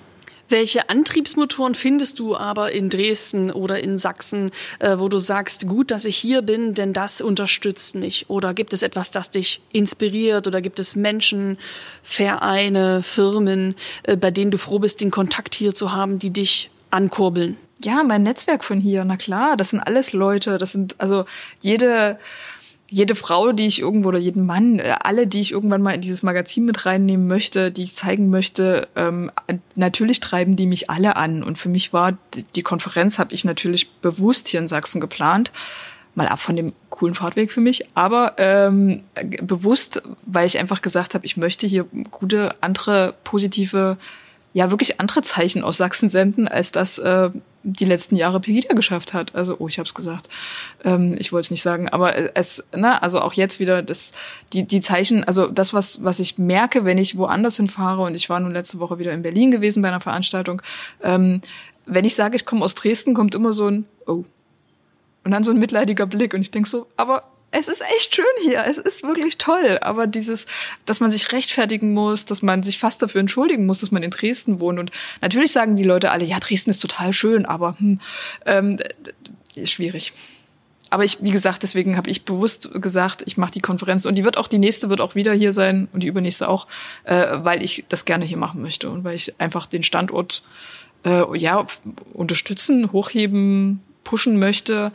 Welche Antriebsmotoren findest du aber in Dresden oder in Sachsen, wo du sagst, gut, dass ich hier bin, denn das unterstützt mich? Oder gibt es etwas, das dich inspiriert? Oder gibt es Menschen, Vereine, Firmen, bei denen du froh bist, den Kontakt hier zu haben, die dich ankurbeln? Ja, mein Netzwerk von hier, na klar, das sind alles Leute, das sind also jede Frau, die ich irgendwo, oder jeden Mann, alle, die ich irgendwann mal in dieses Magazin mit reinnehmen möchte, die ich zeigen möchte, natürlich treiben die mich alle an. Und für mich war die Konferenz, habe ich natürlich bewusst hier in Sachsen geplant, mal ab von dem coolen Fahrtweg für mich, aber bewusst, weil ich einfach gesagt habe, ich möchte hier gute, andere, positive, ja wirklich andere Zeichen aus Sachsen senden, als das die letzten Jahre Pegida geschafft hat. Also, ich habe es gesagt. Ich wollte es nicht sagen, aber also auch jetzt wieder die Zeichen, also das, was ich merke, wenn ich woanders hinfahre, und ich war nun letzte Woche wieder in Berlin gewesen bei einer Veranstaltung, wenn ich sage, ich komme aus Dresden, kommt immer so ein Oh. Und dann so ein mitleidiger Blick, und ich denk so, aber es ist echt schön hier, es ist wirklich toll, aber dass man sich rechtfertigen muss, dass man sich fast dafür entschuldigen muss, dass man in Dresden wohnt, und natürlich sagen die Leute alle, ja, Dresden ist total schön, aber ist schwierig. Aber wie gesagt, deswegen habe ich bewusst gesagt, ich mache die Konferenz, und die nächste wird auch wieder hier sein und die übernächste auch, weil ich das gerne hier machen möchte und weil ich einfach den Standort unterstützen, hochheben, pushen möchte.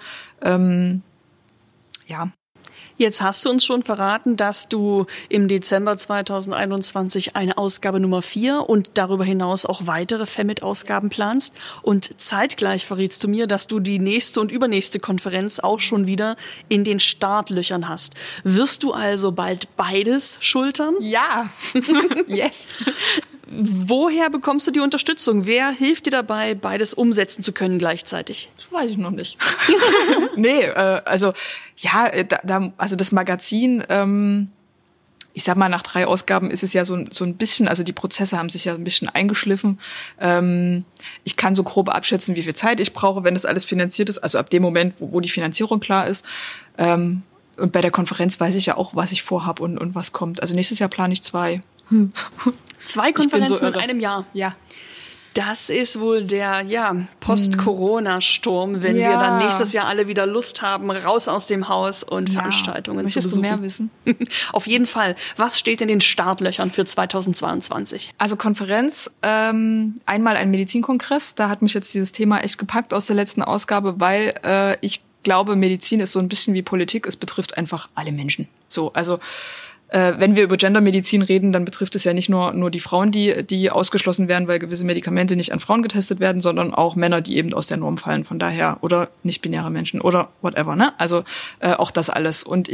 Jetzt hast du uns schon verraten, dass du im Dezember 2021 eine Ausgabe Nummer 4 und darüber hinaus auch weitere Femit-Ausgaben planst. Und zeitgleich verrätst du mir, dass du die nächste und übernächste Konferenz auch schon wieder in den Startlöchern hast. Wirst du also bald beides schultern? Ja, yes. Woher bekommst du die Unterstützung? Wer hilft dir dabei, beides umsetzen zu können gleichzeitig? Das weiß ich noch nicht. Nee, also das Magazin, ich sag mal, nach 3 Ausgaben ist es ja so ein bisschen, also die Prozesse haben sich ja ein bisschen eingeschliffen. Ich kann so grob abschätzen, wie viel Zeit ich brauche, wenn das alles finanziert ist, also ab dem Moment, wo die Finanzierung klar ist. Und bei der Konferenz weiß ich ja auch, was ich vorhab und was kommt. Also nächstes Jahr plane ich 2. 2 Konferenzen in einem Jahr. Ja. Das ist wohl der, Post-Corona-Sturm, wenn wir dann nächstes Jahr alle wieder Lust haben, raus aus dem Haus und Veranstaltungen zu besuchen. Möchtest du mehr wissen? Auf jeden Fall. Was steht in den Startlöchern für 2022? Also Konferenz, einmal ein Medizinkongress. Da hat mich jetzt dieses Thema echt gepackt aus der letzten Ausgabe, weil ich glaube, Medizin ist so ein bisschen wie Politik. Es betrifft einfach alle Menschen. So, also wenn wir über Gendermedizin reden, dann betrifft es ja nicht nur die Frauen, die ausgeschlossen werden, weil gewisse Medikamente nicht an Frauen getestet werden, sondern auch Männer, die eben aus der Norm fallen. Von daher, oder nicht-binäre Menschen oder whatever, ne? Also auch das alles. Und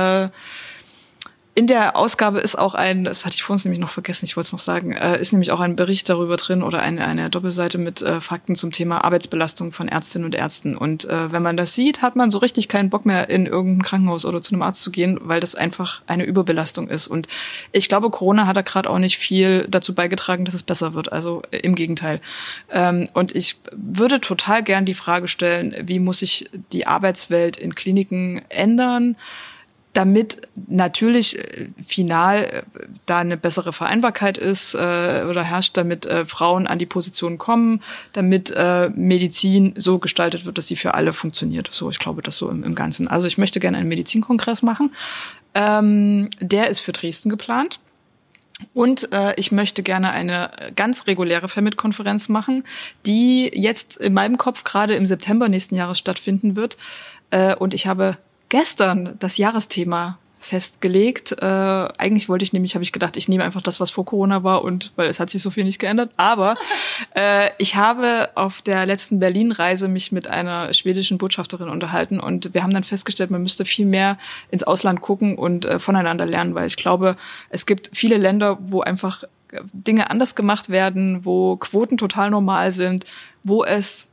in der Ausgabe ist auch das hatte ich vorhin nämlich noch vergessen, ich wollte es noch sagen, ist nämlich auch ein Bericht darüber drin oder eine Doppelseite mit Fakten zum Thema Arbeitsbelastung von Ärztinnen und Ärzten. Und wenn man das sieht, hat man so richtig keinen Bock mehr, in irgendein Krankenhaus oder zu einem Arzt zu gehen, weil das einfach eine Überbelastung ist. Und ich glaube, Corona hat da gerade auch nicht viel dazu beigetragen, dass es besser wird. Also im Gegenteil. Und ich würde total gern die Frage stellen, wie muss sich die Arbeitswelt in Kliniken ändern, damit natürlich final da eine bessere Vereinbarkeit ist oder herrscht, damit Frauen an die Position kommen, damit Medizin so gestaltet wird, dass sie für alle funktioniert. So, ich glaube, das so im Ganzen. Also ich möchte gerne einen Medizinkongress machen. Der ist für Dresden geplant. Und ich möchte gerne eine ganz reguläre Femit-Konferenz machen, die jetzt in meinem Kopf gerade im September nächsten Jahres stattfinden wird. Und ich habe gestern das Jahresthema festgelegt. Eigentlich habe ich gedacht, ich nehme einfach das, was vor Corona war, und weil es hat sich so viel nicht geändert. Aber ich habe auf der letzten Berlin-Reise mich mit einer schwedischen Botschafterin unterhalten, und wir haben dann festgestellt, man müsste viel mehr ins Ausland gucken und voneinander lernen, weil ich glaube, es gibt viele Länder, wo einfach Dinge anders gemacht werden, wo Quoten total normal sind, wo es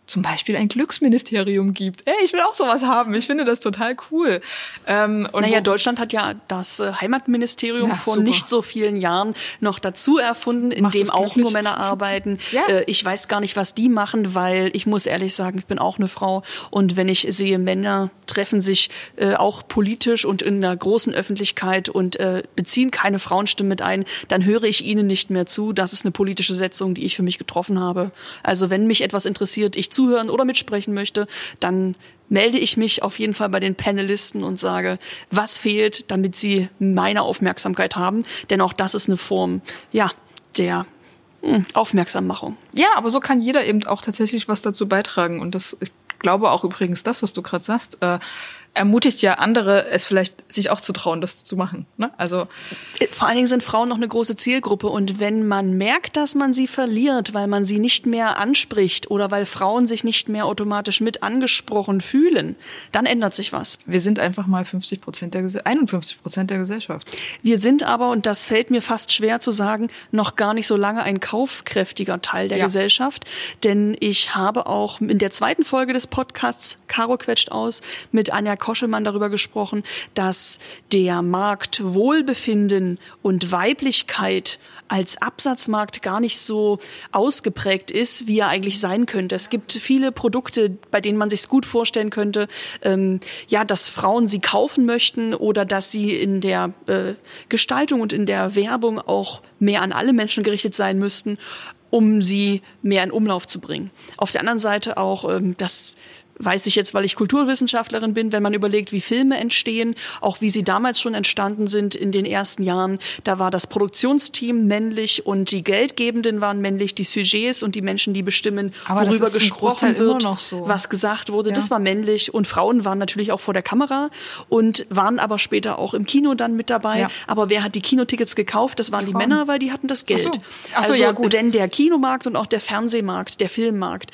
zum Beispiel ein Glücksministerium gibt. Ey, ich will auch sowas haben. Ich finde das total cool. Deutschland hat ja das Heimatministerium vor super. Nicht so vielen Jahren noch dazu erfunden, in dem auch nur Männer arbeiten. Ja. Ich weiß gar nicht, was die machen, weil ich muss ehrlich sagen, ich bin auch eine Frau. Und wenn ich sehe, Männer treffen sich auch politisch und in der großen Öffentlichkeit und beziehen keine Frauenstimme mit ein, dann höre ich ihnen nicht mehr zu. Das ist eine politische Setzung, die ich für mich getroffen habe. Also wenn mich etwas interessiert, ich zuhören oder mitsprechen möchte, dann melde ich mich auf jeden Fall bei den Panelisten und sage, was fehlt, damit sie meine Aufmerksamkeit haben. Denn auch das ist eine Form, der Aufmerksammachung. Ja, aber so kann jeder eben auch tatsächlich was dazu beitragen. Und das, ich glaube auch übrigens, das, was du gerade sagst, ermutigt ja andere, es vielleicht sich auch zu trauen, das zu machen. Ne? Also vor allen Dingen sind Frauen noch eine große Zielgruppe und wenn man merkt, dass man sie verliert, weil man sie nicht mehr anspricht oder weil Frauen sich nicht mehr automatisch mit angesprochen fühlen, dann ändert sich was. Wir sind einfach mal 51% der Gesellschaft. Wir sind aber, und das fällt mir fast schwer zu sagen, noch gar nicht so lange ein kaufkräftiger Teil der Gesellschaft, denn ich habe auch in der zweiten Folge des Podcasts Caro quetscht aus mit Anja Koschemann darüber gesprochen, dass der Markt Wohlbefinden und Weiblichkeit als Absatzmarkt gar nicht so ausgeprägt ist, wie er eigentlich sein könnte. Es gibt viele Produkte, bei denen man sich gut vorstellen könnte, dass Frauen sie kaufen möchten oder dass sie in der Gestaltung und in der Werbung auch mehr an alle Menschen gerichtet sein müssten, um sie mehr in Umlauf zu bringen. Auf der anderen Seite auch das weiß ich jetzt, weil ich Kulturwissenschaftlerin bin, wenn man überlegt, wie Filme entstehen, auch wie sie damals schon entstanden sind in den ersten Jahren, da war das Produktionsteam männlich und die Geldgebenden waren männlich, die Sujets und die Menschen, die bestimmen, worüber gesprochen wird, was gesagt wurde, das war männlich und Frauen waren natürlich auch vor der Kamera und waren aber später auch im Kino dann mit dabei. Ja. Aber wer hat die Kinotickets gekauft? Das waren die Männer, weil die hatten das Geld. Gut. Denn der Kinomarkt und auch der Fernsehmarkt, der Filmmarkt,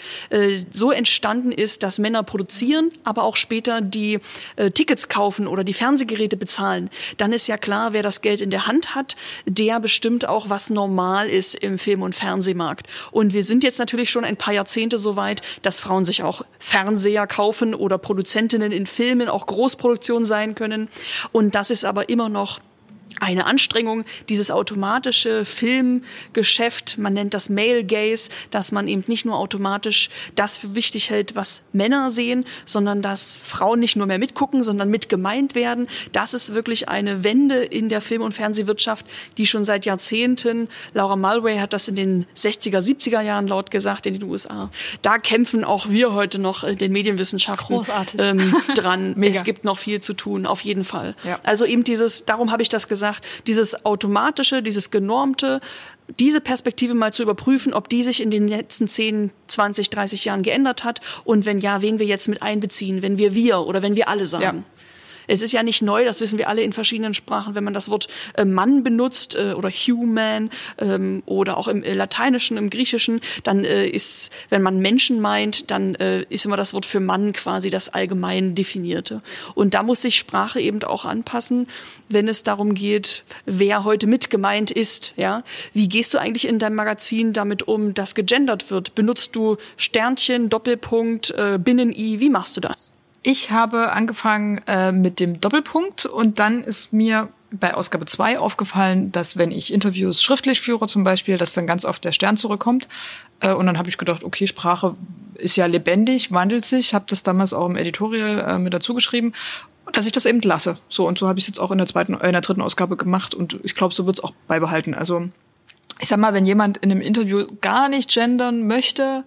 so entstanden ist, dass Männer produzieren, aber auch später die Tickets kaufen oder die Fernsehgeräte bezahlen, dann ist ja klar, wer das Geld in der Hand hat, der bestimmt auch, was normal ist im Film- und Fernsehmarkt. Und wir sind jetzt natürlich schon ein paar Jahrzehnte so weit, dass Frauen sich auch Fernseher kaufen oder Produzentinnen in Filmen auch Großproduktionen sein können. Und das ist aber immer noch eine Anstrengung, dieses automatische Filmgeschäft, man nennt das Male Gaze, dass man eben nicht nur automatisch das für wichtig hält, was Männer sehen, sondern dass Frauen nicht nur mehr mitgucken, sondern mit gemeint werden. Das ist wirklich eine Wende in der Film- und Fernsehwirtschaft, die schon seit Jahrzehnten, Laura Mulvey hat das in den 60er, 70er Jahren laut gesagt in den USA, da kämpfen auch wir heute noch in den Medienwissenschaften dran. Es gibt noch viel zu tun, auf jeden Fall. Ja. Also eben darum habe ich das gesagt, dieses Automatische, dieses Genormte, diese Perspektive mal zu überprüfen, ob die sich in den letzten 10, 20, 30 Jahren geändert hat und wenn ja, wen wir jetzt mit einbeziehen, wenn wir oder wenn wir alle sagen. Ja. Es ist ja nicht neu, das wissen wir alle in verschiedenen Sprachen, wenn man das Wort Mann benutzt oder human oder auch im Lateinischen, im Griechischen, dann ist, wenn man Menschen meint, dann ist immer das Wort für Mann quasi das allgemein Definierte. Und da muss sich Sprache eben auch anpassen, wenn es darum geht, wer heute mit gemeint ist. Ja? Wie gehst du eigentlich in deinem Magazin damit um, dass gegendert wird? Benutzt du Sternchen, Doppelpunkt, Binnen-I? Wie machst du das? Ich habe angefangen mit dem Doppelpunkt und dann ist mir bei Ausgabe 2 aufgefallen, dass wenn ich Interviews schriftlich führe zum Beispiel, dass dann ganz oft der Stern zurückkommt. Und dann habe ich gedacht, okay, Sprache ist ja lebendig, wandelt sich. Habe das damals auch im Editorial mit dazu geschrieben, dass ich das eben lasse. So und so habe ich es jetzt auch in der dritten Ausgabe gemacht und ich glaube, so wird es auch beibehalten. Also ich sag mal, wenn jemand in einem Interview gar nicht gendern möchte,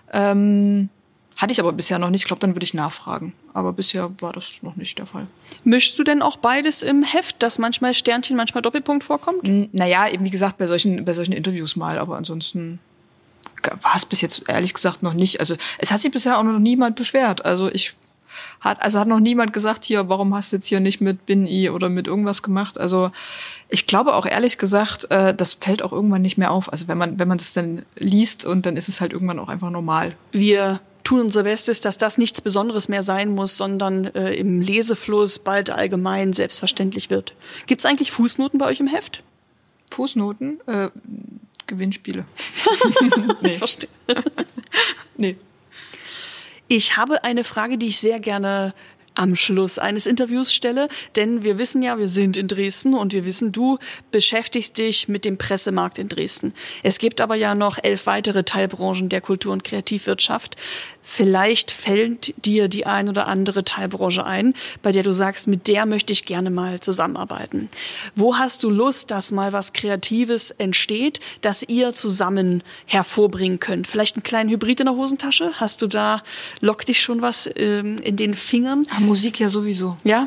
hatte ich aber bisher noch nicht. Ich glaube, dann würde ich nachfragen. Aber bisher war das noch nicht der Fall. Mischst du denn auch beides im Heft, dass manchmal Sternchen, manchmal Doppelpunkt vorkommt? Naja, eben wie gesagt, bei solchen Interviews mal. Aber ansonsten war es bis jetzt ehrlich gesagt noch nicht. Also es hat sich bisher auch noch niemand beschwert. Also hat noch niemand gesagt, hier, warum hast du jetzt hier nicht mit Bin-I oder mit irgendwas gemacht? Also ich glaube auch ehrlich gesagt, das fällt auch irgendwann nicht mehr auf. Also wenn man das dann liest und dann ist es halt irgendwann auch einfach normal. Wir tun unser Bestes, dass das nichts Besonderes mehr sein muss, sondern im Lesefluss bald allgemein selbstverständlich wird. Gibt's eigentlich Fußnoten bei euch im Heft? Fußnoten? Gewinnspiele. Nee. Verstehe. Nee. Ich habe eine Frage, die ich sehr gerne am Schluss eines Interviews stelle, denn wir wissen ja, wir sind in Dresden und wir wissen, du beschäftigst dich mit dem Pressemarkt in Dresden. Es gibt aber ja noch 11 weitere Teilbranchen der Kultur- und Kreativwirtschaft. Vielleicht fällt dir die ein oder andere Teilbranche ein, bei der du sagst, mit der möchte ich gerne mal zusammenarbeiten. Wo hast du Lust, dass mal was Kreatives entsteht, das ihr zusammen hervorbringen könnt? Vielleicht einen kleinen Hybrid in der Hosentasche? Hast du da, lockt dich schon was in den Fingern? Musik ja sowieso. Ja?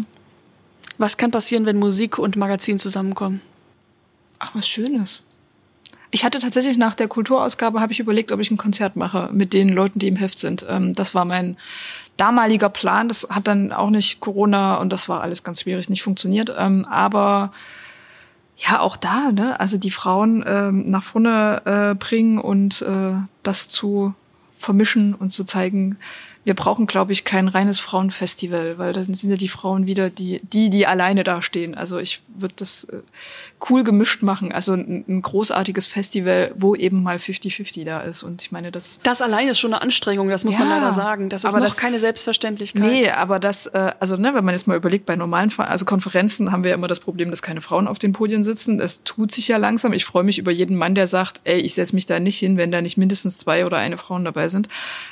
Was kann passieren, wenn Musik und Magazin zusammenkommen? Ach, was Schönes. Ich hatte tatsächlich nach der Kulturausgabe, habe ich überlegt, ob ich ein Konzert mache mit den Leuten, die im Heft sind. Das war mein damaliger Plan. Das hat dann auch nicht Corona und das war alles ganz schwierig, nicht funktioniert. Aber ja, auch da, ne? Also die Frauen nach vorne bringen und das zu vermischen und zu zeigen. Wir brauchen, glaube ich, kein reines Frauenfestival, weil da sind ja die Frauen wieder, die alleine dastehen. Also ich würde das cool gemischt machen. Also ein großartiges Festival, wo eben mal 50-50 da ist. Und ich meine, das allein ist schon eine Anstrengung, das muss man leider sagen. Das ist noch keine Selbstverständlichkeit. Nee, aber das, also ne, wenn man jetzt mal überlegt, bei normalen Konferenzen haben wir ja immer das Problem, dass keine Frauen auf den Podien sitzen. Das tut sich ja langsam. Ich freue mich über jeden Mann, der sagt, ey, ich setze mich da nicht hin, wenn da nicht mindestens 2 oder eine Frauen dabei sind.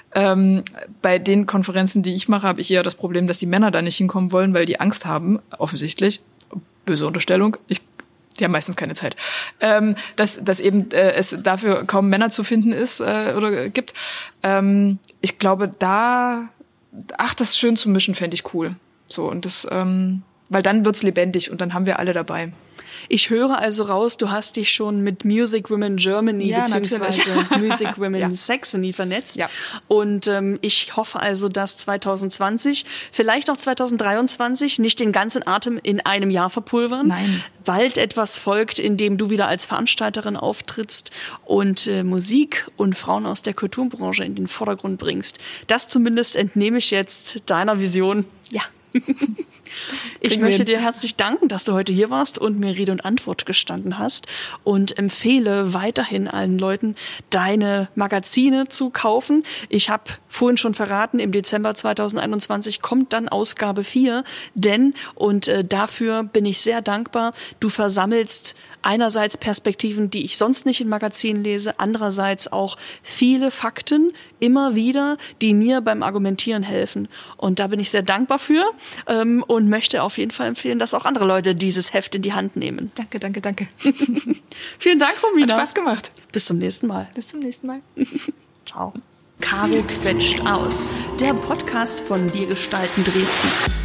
Bei den Konferenzen, die ich mache, habe ich eher das Problem, dass die Männer da nicht hinkommen wollen, weil die Angst haben, offensichtlich, böse Unterstellung, die haben meistens keine Zeit, dass eben es dafür kaum Männer zu finden ist oder gibt. Ich glaube, das schön zu mischen, fände ich cool. So, und das, weil dann wird's lebendig und dann haben wir alle dabei. Ich höre also raus, du hast dich schon mit Music Women Germany beziehungsweise Music Women Saxony vernetzt. Ja. Und ich hoffe also, dass 2020, vielleicht auch 2023, nicht den ganzen Atem in einem Jahr verpulvern. Nein. Bald etwas folgt, in dem du wieder als Veranstalterin auftrittst und Musik und Frauen aus der Kulturbranche in den Vordergrund bringst. Das zumindest entnehme ich jetzt deiner Vision. Ja. Ich möchte dir herzlich danken, dass du heute hier warst und mir Rede und Antwort gestanden hast und empfehle weiterhin allen Leuten, deine Magazine zu kaufen. Ich habe vorhin schon verraten, im Dezember 2021 kommt dann Ausgabe 4, denn, und dafür bin ich sehr dankbar, du versammelst einerseits Perspektiven, die ich sonst nicht in Magazinen lese, andererseits auch viele Fakten, immer wieder, die mir beim Argumentieren helfen. Und da bin ich sehr dankbar für und möchte auf jeden Fall empfehlen, dass auch andere Leute dieses Heft in die Hand nehmen. Danke. Vielen Dank, Romina. Hat Spaß gemacht. Bis zum nächsten Mal. Ciao. Caro quetscht aus. Der Podcast von Wir gestalten Dresden.